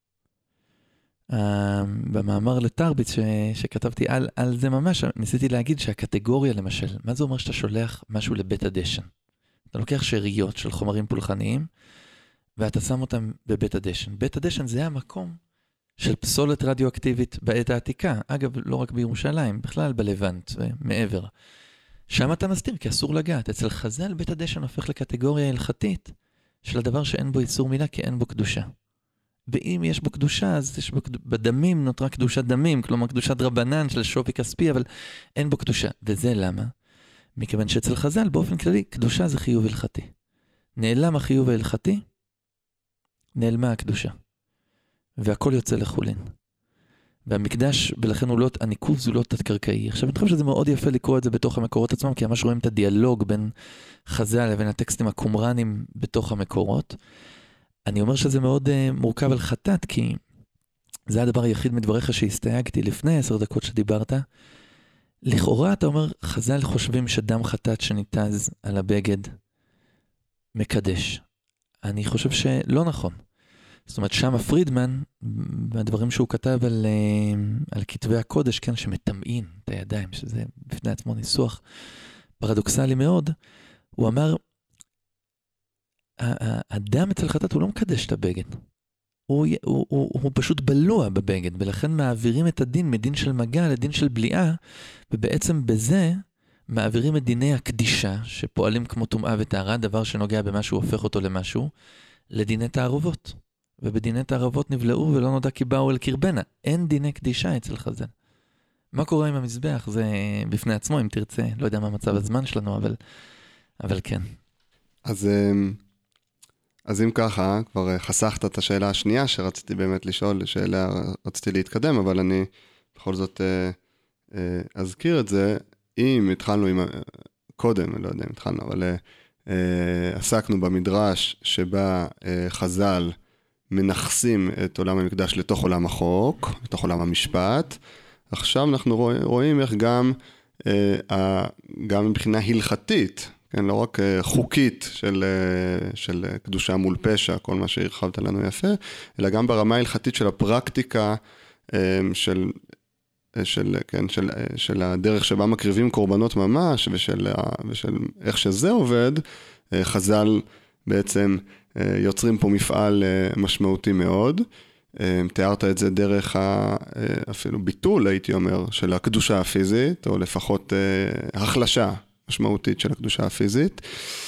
במאמר לתרביץ ש... שכתבתי על, על זה ממש, ניסיתי להגיד שהקטגוריה למשל, מה זה אומר שאתה שולח משהו לבית הדשן? אתה לוקח שאריות של חומרים פולחניים, ואתה שם אותם בבית הדשן. בית הדשן זה המקום של פסולת רדיואקטיבית בעת העתיקה. אגב, לא רק בירושלים, בכלל בלבנט ומעבר. שם אתה מסתיר, כי אסור לגעת. אצל חז"ל בית הדשן הופך לקטגוריה הלכתית של הדבר שאין בו איסור מילה, כי אין בו קדושה. ואם יש בו קדושה, אז יש בו, בדמים נותרה קדושת דמים, כלומר קדושת רבנן של שווי כספי, אבל אין בו קדושה. וזה למה? מכיוון שאצל חז"ל, באופן כללי, קדושה זה חיוב הלכתי. נעלם החיוב ההלכתי, נעלמה הקדושה. והכל יוצא לחולין. והמקדש, ולכן הוא לא, הניקוז הוא לא תת-קרקעי. עכשיו, אני חושב שזה מאוד יפה לקרוא את זה בתוך המקורות עצמם, כי ממש רואים את הדיאלוג בין חז"ל לבין הטקסטים הקומראנים בתוך המקורות. אני אומר שזה מאוד uh, מורכב על חטאת, כי זה הדבר היחיד מדבריך שהסתייגתי לפני עשר דקות שדיברת. לכאורה אתה אומר, חז"ל חושבים שדם חטאת שניתז על הבגד מקדש. אני חושב שלא נכון. זאת אומרת, שמה פרידמן, בדברים שהוא כתב על, על כתבי הקודש, כן, שמטמאים את הידיים, שזה בפני עצמו ניסוח פרדוקסלי מאוד, הוא אמר, האדם אצל חטאת הוא לא מקדש את הבגד. הוא, הוא, הוא, הוא פשוט בלוע בבגד, ולכן מעבירים את הדין מדין של מגע לדין של בליעה, ובעצם בזה מעבירים את דיני הקדישה, שפועלים כמו טומאה וטהרה, דבר שנוגע במשהו, הופך אותו למשהו, לדיני תערובות. ובדיני תערובות נבלעו ולא נודע כי באו אל קרבנה. אין דיני קדישה אצל חז"ל. מה קורה עם המזבח? זה בפני עצמו, אם תרצה. לא יודע מה מצב הזמן שלנו, אבל, אבל כן. אז, אז אם ככה, כבר חסכת את השאלה השנייה שרציתי באמת לשאול, שאלה רציתי להתקדם, אבל אני בכל זאת אזכיר את זה. אם התחלנו עם, קודם, לא יודע אם התחלנו, אבל עסקנו במדרש שבה חז"ל מנחסים את עולם המקדש לתוך עולם החוק, לתוך עולם המשפט. עכשיו אנחנו רואים איך גם, גם מבחינה הלכתית, כן, לא רק חוקית של, של קדושה מול פשע, כל מה שהרחבת לנו יפה, אלא גם ברמה ההלכתית של הפרקטיקה של, של, כן, של, של הדרך שבה מקריבים קורבנות ממש, ושל, ושל איך שזה עובד, חז"ל בעצם יוצרים פה מפעל משמעותי מאוד. תיארת את זה דרך אפילו ביטול, הייתי אומר, של הקדושה הפיזית, או לפחות החלשה משמעותית של הקדושה הפיזית.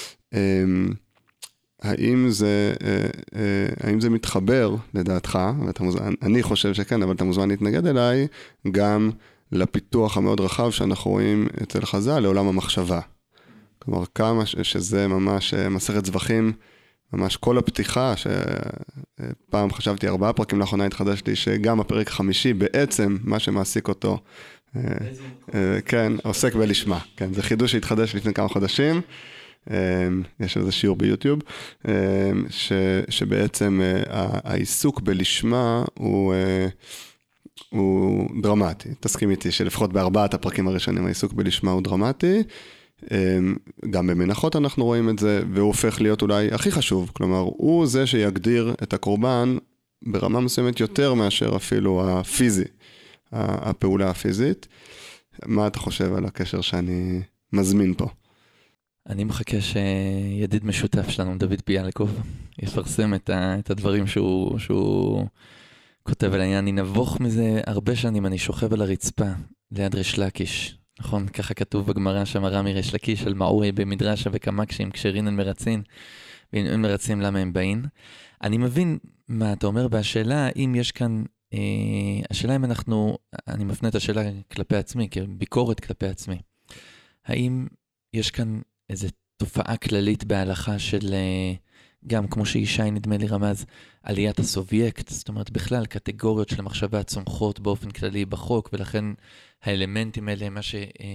האם זה, האם זה מתחבר לדעתך, אני חושב שכן, אבל אתה מוזמן להתנגד אליי, גם לפיתוח המאוד רחב שאנחנו רואים אצל חז"ל לעולם המחשבה. כלומר, כמה שזה ממש מסכת זבחים, ממש כל הפתיחה, שפעם חשבתי ארבעה פרקים לאחרונה התחדשתי, שגם הפרק החמישי בעצם מה שמעסיק אותו, כן, עוסק בלשמה. כן, זה חידוש שהתחדש לפני כמה חודשים, יש איזה שיעור ביוטיוב, ש, שבעצם העיסוק בלשמה הוא, הוא דרמטי. תסכים איתי שלפחות בארבעת הפרקים הראשונים העיסוק בלשמה הוא דרמטי, גם במנחות אנחנו רואים את זה, והוא הופך להיות אולי הכי חשוב, כלומר, הוא זה שיגדיר את הקורבן ברמה מסוימת יותר מאשר אפילו הפיזי, הפעולה הפיזית. מה אתה חושב על הקשר שאני מזמין פה? אני מחכה שידיד משותף שלנו, דוד פיאלקוב, יפרסם את, ה, את הדברים שהוא, שהוא כותב על העניין. אני נבוך מזה הרבה שנים, אני שוכב על הרצפה ליד ריש לקיש. נכון, ככה כתוב בגמרא שם רמי ריש לקיש על מעורי במדרשה וקמקשים, כשרינן מרצין, ואם אין מרצים למה הם באים. אני מבין מה אתה אומר, והשאלה אם יש כאן, אה, השאלה אם אנחנו, אני מפנה את השאלה כלפי עצמי, כביקורת כלפי עצמי. האם יש כאן איזו תופעה כללית בהלכה של, אה, גם כמו שישי נדמה לי רמז, עליית הסובייקט, זאת אומרת בכלל קטגוריות של המחשבה צומחות באופן כללי בחוק, ולכן האלמנטים האלה הם מה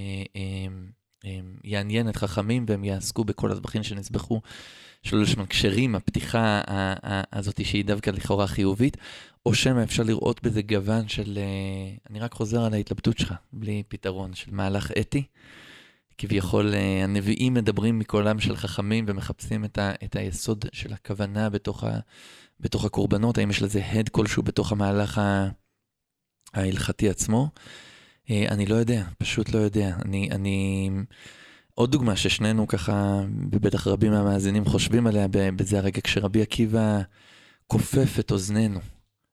שיעניין את חכמים, והם יעסקו בכל הזבחים שנסבחו, שלא לשמן קשרים, הפתיחה הזאת שהיא דווקא לכאורה חיובית, או שמה אפשר לראות בזה גוון של, אני רק חוזר על ההתלבטות שלך, בלי פתרון, של מהלך אתי, כביכול הנביאים מדברים מקולם של חכמים, ומחפשים את, ה, את היסוד של הכוונה בתוך, ה, בתוך הקורבנות, האם יש לזה הד כלשהו בתוך המהלך ה, ההלכתי עצמו, אני לא יודע, פשוט לא יודע. אני, אני... עוד דוגמה ששנינו ככה, בבטח רבים מהמאזינים חושבים עליה, בזה הרגע כשרבי עקיבא כופף את אוזננו,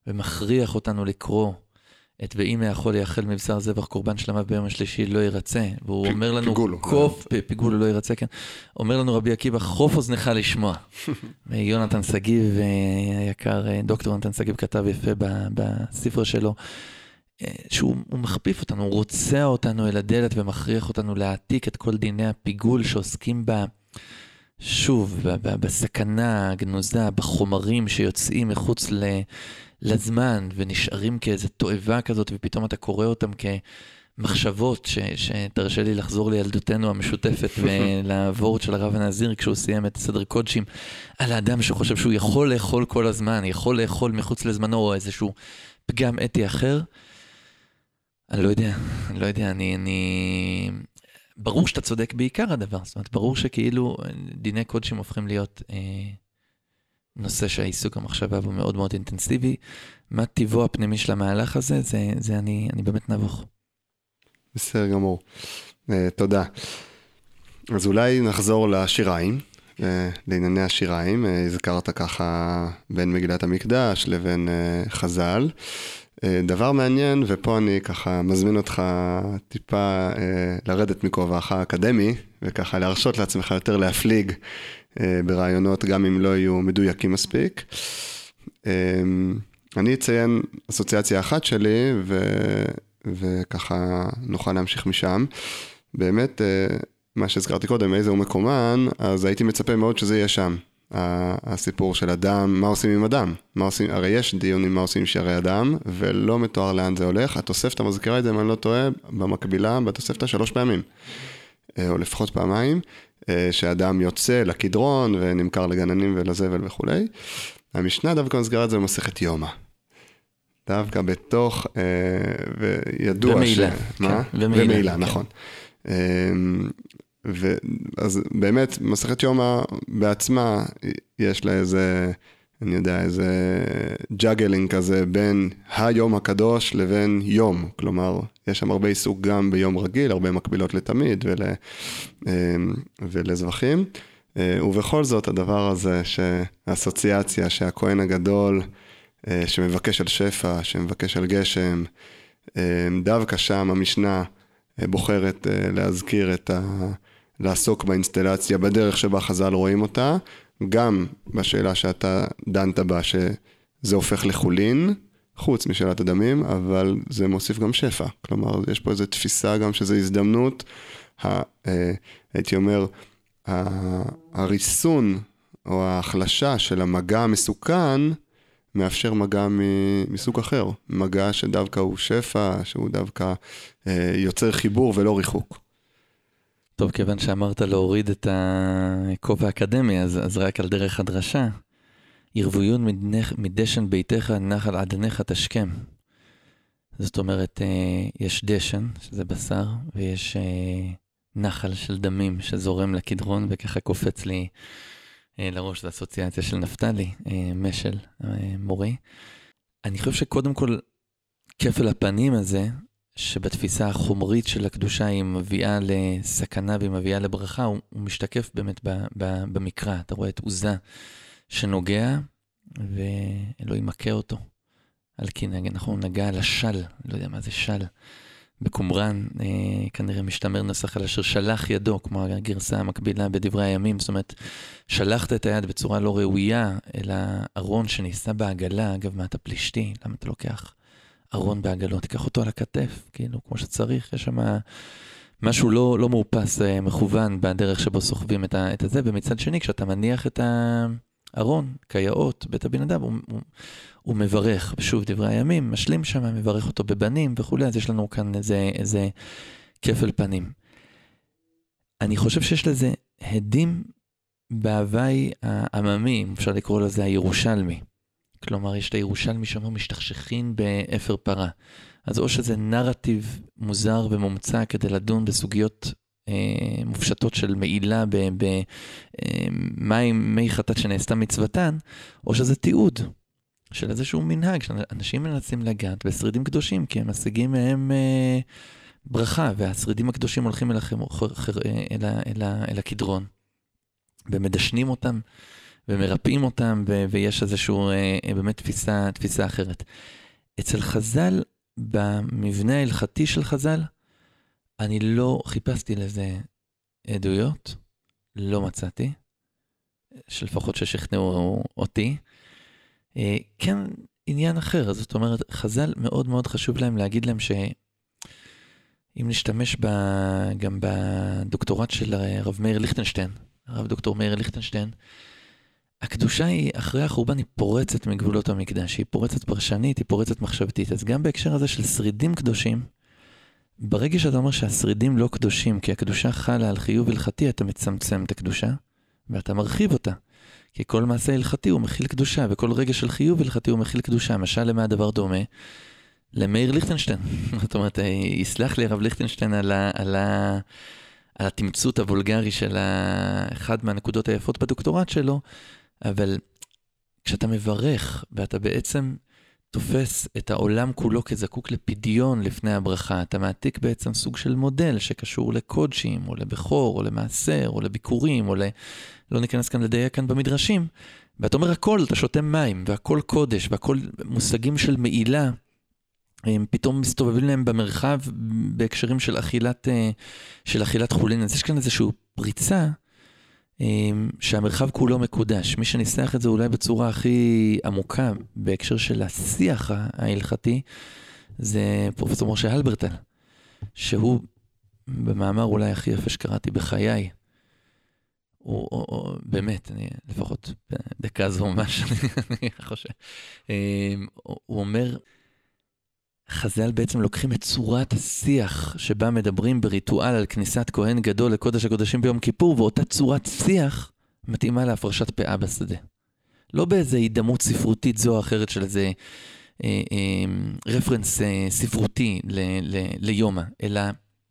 ומכריח אותנו לקרוא את ואם יכול יאכל מבשר זבח קורבן שלמה ביום השלישי לא ירצה, והוא פ, אומר לנו, פיגולו. קוף, פיגולו לא ירצה, כן. אומר לנו רבי עקיבא, חוף אוזנך לשמוע. יונתן סגיב, היקר, דוקטור יונתן סגיב כתב יפה בספר שלו, שהוא מכפיף אותנו, הוא רוצה אותנו אל הדלת ומכריח אותנו להעתיק את כל דיני הפיגול שעוסקים בה, שוב, בסכנה הגנוזה, בחומרים שיוצאים מחוץ לזמן ונשארים כאיזו תועבה כזאת, ופתאום אתה קורא אותם כמחשבות, ש, שתרשה לי לחזור לילדותנו המשותפת ולוורד של הרב הנזיר, כשהוא סיים את סדר קודשים, על האדם שחושב שהוא יכול לאכול כל הזמן, יכול לאכול מחוץ לזמנו, או איזשהו פגם אתי אחר. אני לא יודע, אני לא יודע, אני... אני... ברור שאתה צודק בעיקר הדבר, זאת אומרת, ברור שכאילו דיני קודשים הופכים להיות אה, נושא שהעיסוק המחשבה הוא מאוד מאוד אינטנסיבי. מה טיבו הפנימי של המהלך הזה, זה, זה אני, אני באמת נבוך. בסדר גמור. Uh, תודה. אז אולי נחזור לשיריים, uh, לענייני השיריים. Uh, הזכרת ככה בין מגילת המקדש לבין uh, חז"ל. דבר מעניין, ופה אני ככה מזמין אותך טיפה אה, לרדת מכובעך האקדמי, וככה להרשות לעצמך יותר להפליג אה, ברעיונות, גם אם לא יהיו מדויקים מספיק. אה, אני אציין אסוציאציה אחת שלי, ו, וככה נוכל להמשיך משם. באמת, אה, מה שהזכרתי קודם, איזה הוא מקומן, אז הייתי מצפה מאוד שזה יהיה שם. הסיפור של אדם, מה עושים עם אדם, מה עושים, הרי יש דיונים מה עושים עם שערי אדם, ולא מתואר לאן זה הולך. התוספתא מזכירה את זה, אם אני לא טועה, במקבילה, בתוספתא שלוש פעמים, או לפחות פעמיים, שאדם יוצא לקדרון, ונמכר לגננים ולזבל וכו'. המשנה דווקא מזכירה את זה במסכת יומא. דווקא בתוך, וידוע ומילה. ש... מה? ומילה, ומילה, כן. נכון. ואז באמת מסכת יומא בעצמה יש לה איזה, אני יודע, איזה ג'אגלינג כזה בין היום הקדוש לבין יום, כלומר יש שם הרבה עיסוק גם ביום רגיל, הרבה מקבילות לתמיד ול, ולזבחים, ובכל זאת הדבר הזה שהאסוציאציה שהכהן הגדול שמבקש על שפע, שמבקש על גשם, דווקא שם המשנה בוחרת להזכיר את ה... לעסוק באינסטלציה בדרך שבה חז"ל רואים אותה, גם בשאלה שאתה דנת בה שזה הופך לחולין, חוץ משאלת הדמים, אבל זה מוסיף גם שפע. כלומר, יש פה איזו תפיסה גם שזו הזדמנות, ה, הייתי אומר, הריסון או ההחלשה של המגע המסוכן, מאפשר מגע מסוג אחר. מגע שדווקא הוא שפע, שהוא דווקא יוצר חיבור ולא ריחוק. טוב, כיוון שאמרת להוריד את הכובע האקדמי, אז, אז רק על דרך הדרשה. ירוויון מדנך, מדשן ביתך נחל עדניך תשכם. זאת אומרת, יש דשן, שזה בשר, ויש נחל של דמים שזורם לקדרון, וככה קופץ לי לראש, זו אסוציאציה של נפתלי, משל, מורי. אני חושב שקודם כל, כפל הפנים הזה, שבתפיסה החומרית של הקדושה היא מביאה לסכנה והיא מביאה לברכה, הוא, הוא משתקף באמת ב, ב, במקרא. אתה רואה את עוזה שנוגע, ואלוהים מכה אותו. על כי נכון, נגע על השל, לא יודע מה זה של. בקומרן, אה, כנראה משתמר נסח על אשר שלח ידו, כמו הגרסה המקבילה בדברי הימים, זאת אומרת, שלחת את היד בצורה לא ראויה, אל הארון שניסה בעגלה, אגב, מה אתה פלישתי? למה אתה לוקח ארון בעגלות? תיקח אותו על הכתף, כאילו, כמו שצריך, יש שם משהו לא, לא מאופס, אה, מכוון בדרך שבו סוחבים את, ה, את הזה, ומצד שני, כשאתה מניח את הארון, כיאות, בית הבן אדם, הוא, הוא, הוא מברך, ושוב דברי הימים, משלים שם, מברך אותו בבנים וכו', אז יש לנו כאן איזה, איזה כפל פנים. אני חושב שיש לזה הדים בהווי העממי, אפשר לקרוא לזה הירושלמי. כלומר, יש את הירושלמי שאומר משתכשכין באפר פרה. אז או שזה נרטיב מוזר ומומצא כדי לדון בסוגיות אה, מופשטות של מעילה במים, מי חטאת שנעשתה מצוותן, או שזה תיעוד של איזשהו מנהג, שאנשים מנסים לגעת בשרידים קדושים, כי הם משיגים מהם אה, ברכה, והשרידים הקדושים הולכים אל, החמור, אל, אל, אל, אל הקדרון, ומדשנים אותם, ומרפאים אותם, ו- ויש איזשהו אה, באמת תפיסה, תפיסה אחרת. אצל חז"ל, במבנה ההלכתי של חז"ל, אני לא חיפשתי לזה עדויות, לא מצאתי, שלפחות ששכנעו אותי. אה, כן, עניין אחר, זאת אומרת, חז"ל מאוד מאוד חשוב להם להגיד להם ש... אם נשתמש ב... גם בדוקטורט של הרב מאיר ליכטנשטיין, הרב דוקטור מאיר ליכטנשטיין, הקדושה היא, אחרי החורבן, היא פורצת מגבולות המקדש, היא פורצת פרשנית, היא פורצת מחשבתית. אז גם בהקשר הזה של שרידים קדושים, ברגע שאתה אומר שהשרידים לא קדושים, כי הקדושה חלה על חיוב הלכתי, אתה מצמצם את הקדושה, ואתה מרחיב אותה. כי כל מעשה הלכתי הוא מכיל קדושה, וכל רגע של חיוב הלכתי הוא מכיל קדושה. משל למה הדבר דומה? למאיר ליכטנשטיין. זאת אומרת, יסלח לי הרב ליכטנשטיין על, ה, על, ה, על התמצות הוולגרי של אחד מהנקודות היפות בדוקטורט שלו, אבל כשאתה מברך ואתה בעצם תופס את העולם כולו כזקוק לפדיון לפני הברכה, אתה מעתיק בעצם סוג של מודל שקשור לקודשים, או לבחור, או למעשר, או לביקורים, או ל... לא ניכנס כאן לדייק כאן במדרשים, ואתה אומר הכל, אתה שותה מים, והכל קודש, והכל מושגים של מעילה, הם פתאום מסתובבים להם במרחב בהקשרים של אכילת, של אכילת חולין. אז יש כאן איזושהי פריצה שהמרחב כולו מקודש. מי שניסח את זה אולי בצורה הכי עמוקה בהקשר של השיח ההלכתי, זה פרופסור משה הלברטל, שהוא במאמר אולי הכי יפה שקראתי בחיי, הוא, או, או, באמת, אני לפחות דקה זו ממש, אני חושב. הוא אומר, חז"ל בעצם לוקחים את צורת השיח שבה מדברים בריטואל על כניסת כהן גדול לקודש הקודשים ביום כיפור, ואותה צורת שיח מתאימה להפרשת פאה בשדה. לא באיזו הידמות ספרותית זו או אחרת של איזה אה, אה, רפרנס אה, ספרותי ל, ל, ליומה, אלא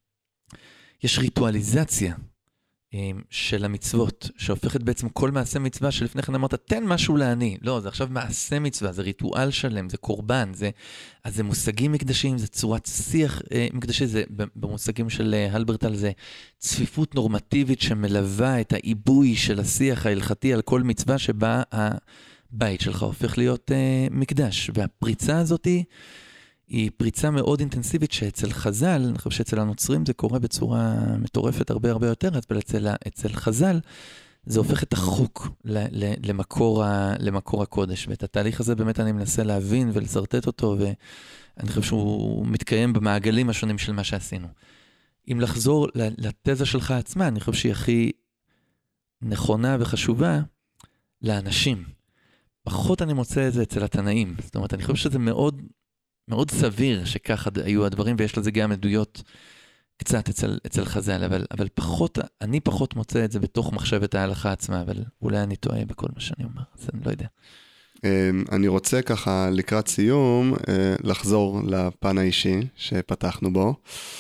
יש ריטואליזציה אה, של המצוות, שהופכת בעצם כל מעשה מצווה שלפני כן אמרת, תן משהו לעני. לא, זה עכשיו מעשה מצווה, זה ריטואל שלם, זה קורבן, זה, אז זה מושגים מקדשים, זה צורת שיח אה, מקדשי, זה במושגים של אה, הלברטל, זה צפיפות נורמטיבית שמלווה את העיבוי של השיח ההלכתי על כל מצווה שבה הבית שלך הופך להיות אה, מקדש. והפריצה הזאת היא, היא פריצה מאוד אינטנסיבית שאצל חז"ל, אני חושב שאצל הנוצרים זה קורה בצורה מטורפת הרבה הרבה יותר, אבל אצל, אצל חז"ל זה הופך את החוק ל, ל, למקור, ה, למקור הקודש. ואת התהליך הזה באמת אני מנסה להבין ולסרטט אותו, ואני חושב שהוא מתקיים במעגלים השונים של מה שעשינו. אם לחזור לתזה שלך עצמה, אני חושב שהיא הכי נכונה וחשובה לאנשים. פחות אני מוצא את זה אצל התנאים. זאת אומרת, אני חושב שזה מאוד... מאוד סביר שככה היו הדברים, ויש לזה גם עדויות קצת אצל, אצל חז"ל, אבל, אבל פחות, אני פחות מוצא את זה בתוך מחשבת ההלכה עצמה, אבל אולי אני טועה בכל מה שאני אומר, אז אני לא יודע. אני רוצה ככה לקראת סיום, לחזור לפן האישי שפתחנו בו.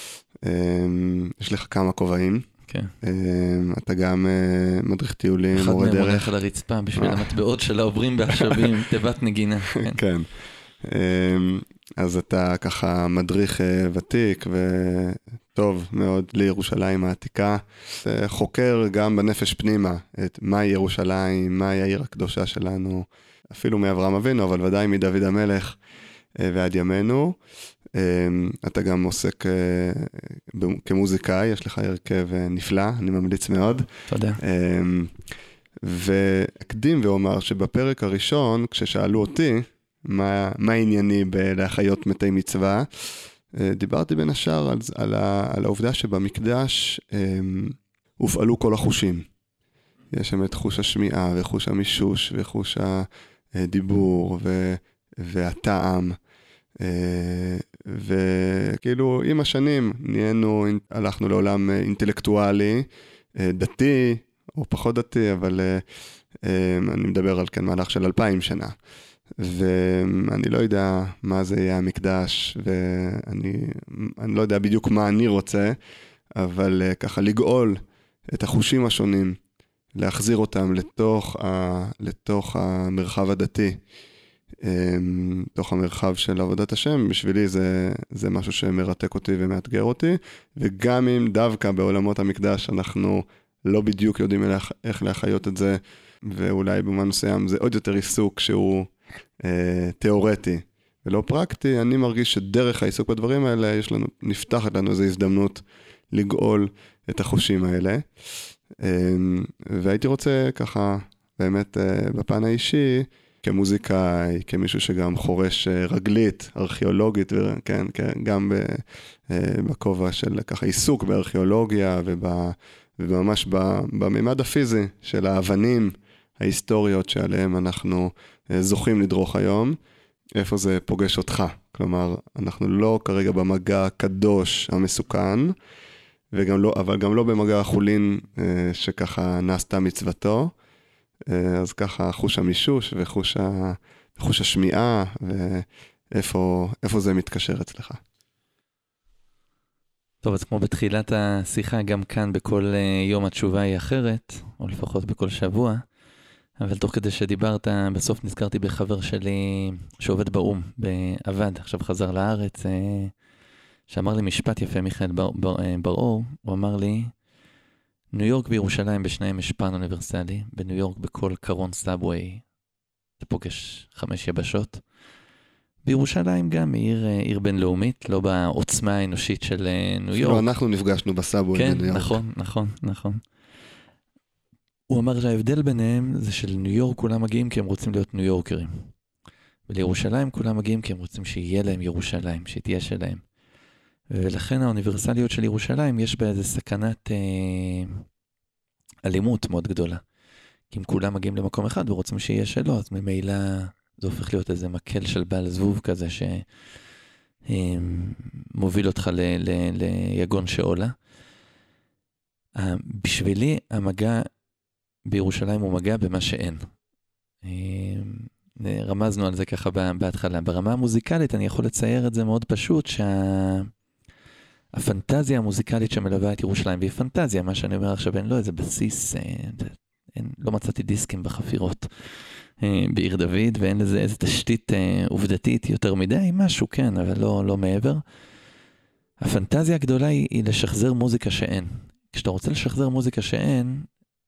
יש לך כמה כובעים. כן. אתה גם מדריך טיולים, מורה דרך. אחד מהם הולך על הרצפה בשביל המטבעות שלה עוברים בעשבים, תיבת נגינה. כן. כן. אז אתה ככה מדריך ותיק וטוב מאוד לירושלים העתיקה, חוקר גם בנפש פנימה את מהי ירושלים, מהי העיר הקדושה שלנו, אפילו מאברהם אבינו, אבל ודאי מדוד המלך ועד ימינו. אתה גם עוסק כמוזיקאי, יש לך הרכב נפלא, אני ממליץ מאוד. תודה. ואקדים ואומר שבפרק הראשון, כששאלו אותי, מה, מה ענייני בלהחיות מתי מצווה, דיברתי בין השאר על, על, על העובדה שבמקדש הם, הופעלו כל החושים. יש שם את חוש השמיעה וחוש המישוש וחוש הדיבור ו, והטעם. וכאילו עם השנים נהיינו, הלכנו לעולם אינטלקטואלי, דתי או פחות דתי, אבל אני מדבר על כאן מהלך של אלפיים שנה. ואני לא יודע מה זה יהיה המקדש, ואני אני לא יודע בדיוק מה אני רוצה, אבל ככה לגאול את החושים השונים, להחזיר אותם לתוך, ה, לתוך המרחב הדתי, לתוך המרחב של עבודת השם, בשבילי זה, זה משהו שמרתק אותי ומאתגר אותי, וגם אם דווקא בעולמות המקדש אנחנו לא בדיוק יודעים איך להחיות את זה, ואולי במובן מסוים זה עוד יותר עיסוק שהוא אה, תיאורטי ולא פרקטי, אני מרגיש שדרך העיסוק בדברים האלה, יש לנו, נפתחת לנו איזו הזדמנות לגאול את החושים האלה. אה, והייתי רוצה ככה, באמת אה, בפן האישי, כמוזיקאי, כמישהו שגם חורש רגלית, ארכיאולוגית, וכן, גם בכובע של ככה עיסוק בארכיאולוגיה, וממש בממד הפיזי של האבנים ההיסטוריות שעליהם אנחנו זוכים לדרוך היום, איפה זה פוגש אותך. כלומר, אנחנו לא כרגע במגע הקדוש המסוכן, וגם לא, אבל גם לא במגע החולין שככה נעשתה מצוותו, אז ככה חוש המישוש וחוש ה... חוש השמיעה, ואיפה איפה זה מתקשר אצלך. טוב, אז כמו בתחילת השיחה, גם כאן בכל יום התשובה היא אחרת, או לפחות בכל שבוע, אבל תוך כדי שדיברת, בסוף נזכרתי בחבר שלי שעובד באום, בעבד, עכשיו חזר לארץ, שאמר לי משפט יפה, מיכאל בר, בר, בר-אור, הוא אמר לי, ניו יורק וירושלים בשניהם יש פן אוניברסלי, בניו יורק בכל קרון סאבווי, אתה פוגש חמש יבשות, בירושלים גם עיר, עיר בינלאומית, לא בעוצמה האנושית של ניו יורק. לא, אנחנו נפגשנו בסאבווי כן, בניו יורק. נכון, נכון, נכון. הוא אמר שההבדל ביניהם זה של ניו יורק כולם מגיעים כי הם רוצים להיות ניו יורקרים. ולירושלים כולם מגיעים כי הם רוצים שיהיה להם ירושלים, שתהיה שלהם. ולכן האוניברסליות של ירושלים יש בה איזו סכנת אה, אלימות מאוד גדולה. כי אם כולם מגיעים למקום אחד ורוצים שיהיה שלו, אז ממילא זה הופך להיות איזה מקל של בעל זבוב כזה שמוביל אותך ל, ל, ליגון שעולה. אה, בשבילי המגע בירושלים הוא מגע במה שאין. אה, רמזנו על זה ככה בהתחלה. ברמה המוזיקלית אני יכול לצייר את זה מאוד פשוט שה... הפנטזיה המוזיקלית שמלווה את ירושלים, והיא פנטזיה, מה שאני אומר עכשיו, אין לו איזה בסיס, אין, לא מצאתי דיסקים בחפירות בעיר דוד, ואין לזה איזה תשתית עובדתית יותר מדי, משהו כן, אבל לא, לא מעבר. הפנטזיה הגדולה היא, היא לשחזר מוזיקה שאין. כשאתה רוצה לשחזר מוזיקה שאין,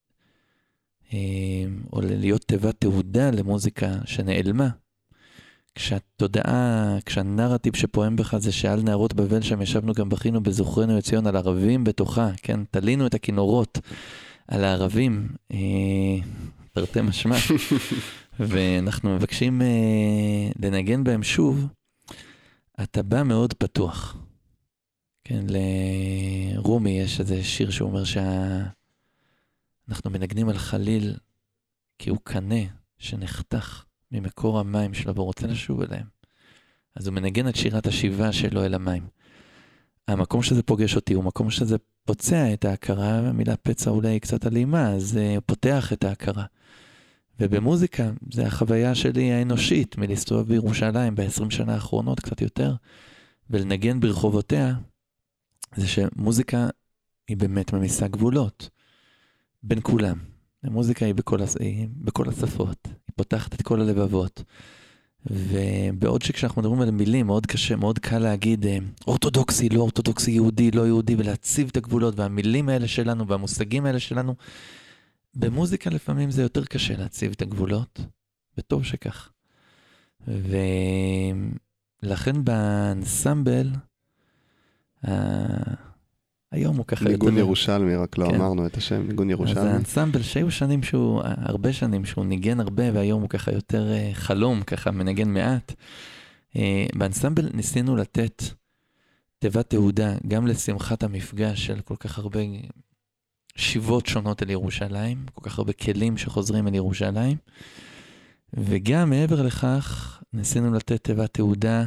או להיות תיבת תעודה למוזיקה שנעלמה, כשהתודעה, כשהנרטיב שפועם בך זה שעל נערות בבל שם ישבנו גם בכינו בזוכרנו יציון על ערבים בתוכה, כן? תלינו את הכינורות על הערבים, אה, תרתי משמע, ואנחנו מבקשים אה, לנגן בהם שוב, אתה בא מאוד פתוח. כן, לרומי יש איזה שיר שהוא אומר שאנחנו מנגנים על חליל כי הוא קנה שנחתך ממקור המים שלו, והוא רוצה לשוב אליהם. אז הוא מנגן את שירת השיבה שלו אל המים. המקום שזה פוגש אותי, הוא מקום שזה פוצע את ההכרה, המילה פצע אולי קצת אלימה, אז הוא פותח את ההכרה. ובמוזיקה, זה החוויה שלי האנושית, מלהסתובב בירושלים ב-עשרים שנה האחרונות, קצת יותר, ולנגן ברחובותיה, זה שמוזיקה היא באמת ממיסה גבולות, בין כולם. המוזיקה היא בכל, היא בכל השפות, היא פותחת את כל הלבבות, ובעוד שכשאנחנו מדברים על מילים, מאוד קשה, מאוד קל להגיד אורתודוקסי, לא אורתודוקסי, יהודי, לא יהודי, ולהציב את הגבולות, והמילים האלה שלנו, והמושגים האלה שלנו, במוזיקה לפעמים זה יותר קשה להציב את הגבולות, וטוב שכך. ולכן באנסמבל, היום הוא ככה... ניגון ירושלמי, רק לא אמרנו את השם, ניגון ירושלמי. אז האנסמבל שהיו שנים שהוא, הרבה שנים שהוא ניגן הרבה, והיום הוא ככה יותר חלום, ככה מנגן מעט. באנסמבל ניסינו לתת תיבת תעודה, גם לשמחת המפגש של כל כך הרבה שיבות שונות אל ירושלים, כל כך הרבה כלים שחוזרים אל ירושלים, וגם מעבר לכך ניסינו לתת תיבת תעודה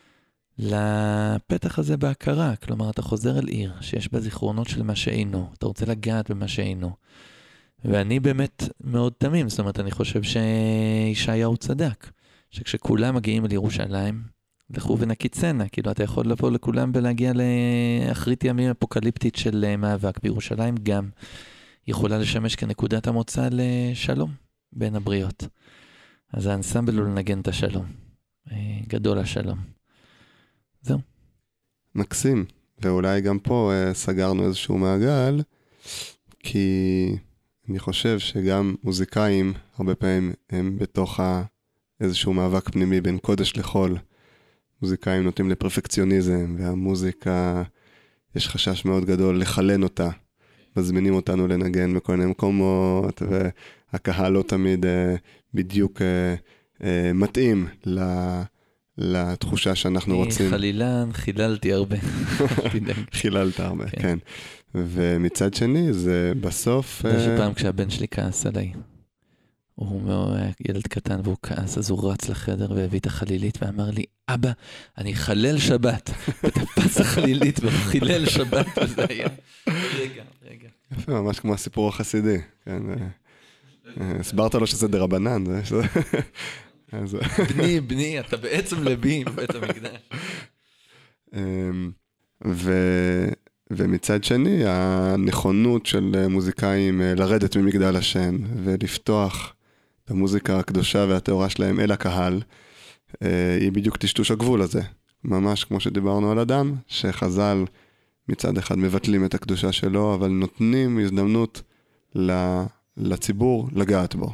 לפתח הזה בהכרה, כלומר אתה חוזר אל עיר שיש בה זיכרונות של מה שאינו, אתה רוצה לגעת במה שאינו, ואני באמת מאוד תמים, זאת אומרת אני חושב שישעיהו צדק, שכשכולם מגיעים אל ירושלים, לכו ונקיצנה, כאילו אתה יכול לבוא לכולם ולהגיע לאחרית ימים אפוקליפטית של מאבק בירושלים, גם יכולה לשמש כנקודת המוצא לשלום בין הבריות. אז האנסמבל הוא לנגן את השלום, גדול השלום. זהו. מקסים, ואולי גם פה סגרנו איזשהו מעגל, כי אני חושב שגם מוזיקאים, הרבה פעמים הם בתוך איזשהו מאבק פנימי בין קודש לחול. מוזיקאים נוטים לפרפקציוניזם, והמוזיקה, יש חשש מאוד גדול לחלן אותה. מזמינים אותנו לנגן בכל מיני מקומות, והקהל לא תמיד אה, בדיוק אה, אה, מתאים לתחושה שאנחנו רוצים. חלילן, חיללתי הרבה. חיללת הרבה, כן. כן. ומצד שני, זה בסוף... יש uh... פעם כשהבן שלי כעס עליי. הוא ילד קטן והוא כעס, אז הוא רץ לחדר והביא את החלילית ואמר לי, אבא, אני חלל שבת. ותפס החלילית והוא חילל שבת, וזה היה. רגע, רגע. יפה, ממש כמו הסיפור החסידי. כן. הסברת לו שזה דרבנן. בני, בני, אתה בעצם לבי בבית המקדש. ו... ומצד שני, הנכונות של מוזיקאים לרדת ממגדל השן ולפתוח את המוזיקה הקדושה והטהורה שלהם אל הקהל, היא בדיוק טשטוש הגבול הזה. ממש כמו שדיברנו על אדם, שחז"ל מצד אחד מבטלים את הקדושה שלו, אבל נותנים הזדמנות לציבור לגעת בו.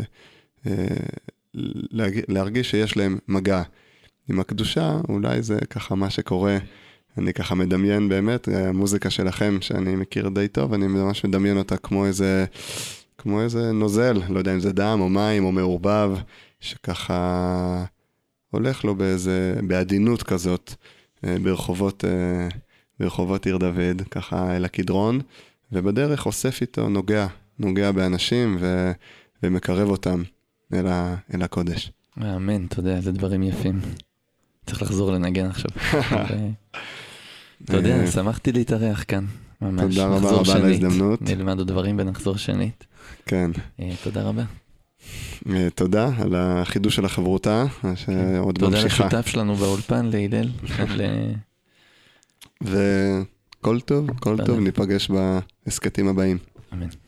להרגיש שיש להם מגע עם הקדושה, אולי זה ככה מה שקורה. אני ככה מדמיין באמת, המוזיקה שלכם שאני מכיר די טוב, אני ממש מדמיין אותה כמו איזה, כמו איזה נוזל, לא יודע אם זה דם או מים או מעורבב, שככה הולך לו באיזה, בעדינות כזאת, ברחובות, ברחובות עיר דוד, ככה אל הקדרון, ובדרך אוסף איתו, נוגע, נוגע באנשים ו, ומקרב אותם אל, ה, אל הקודש. אמן, אתה יודע, זה דברים יפים. צריך לחזור לנגן עכשיו. אתה יודע, שמחתי להתארח כאן. תודה רבה רבה על ההזדמנות. נלמד עוד דברים ונחזור שנית. כן. תודה רבה. תודה על החידוש של החברותה, שעוד ממשיכה. תודה לשותף שלנו באולפן, להילל. וכל טוב, כל טוב, ניפגש בהסקטים הבאים. אמן.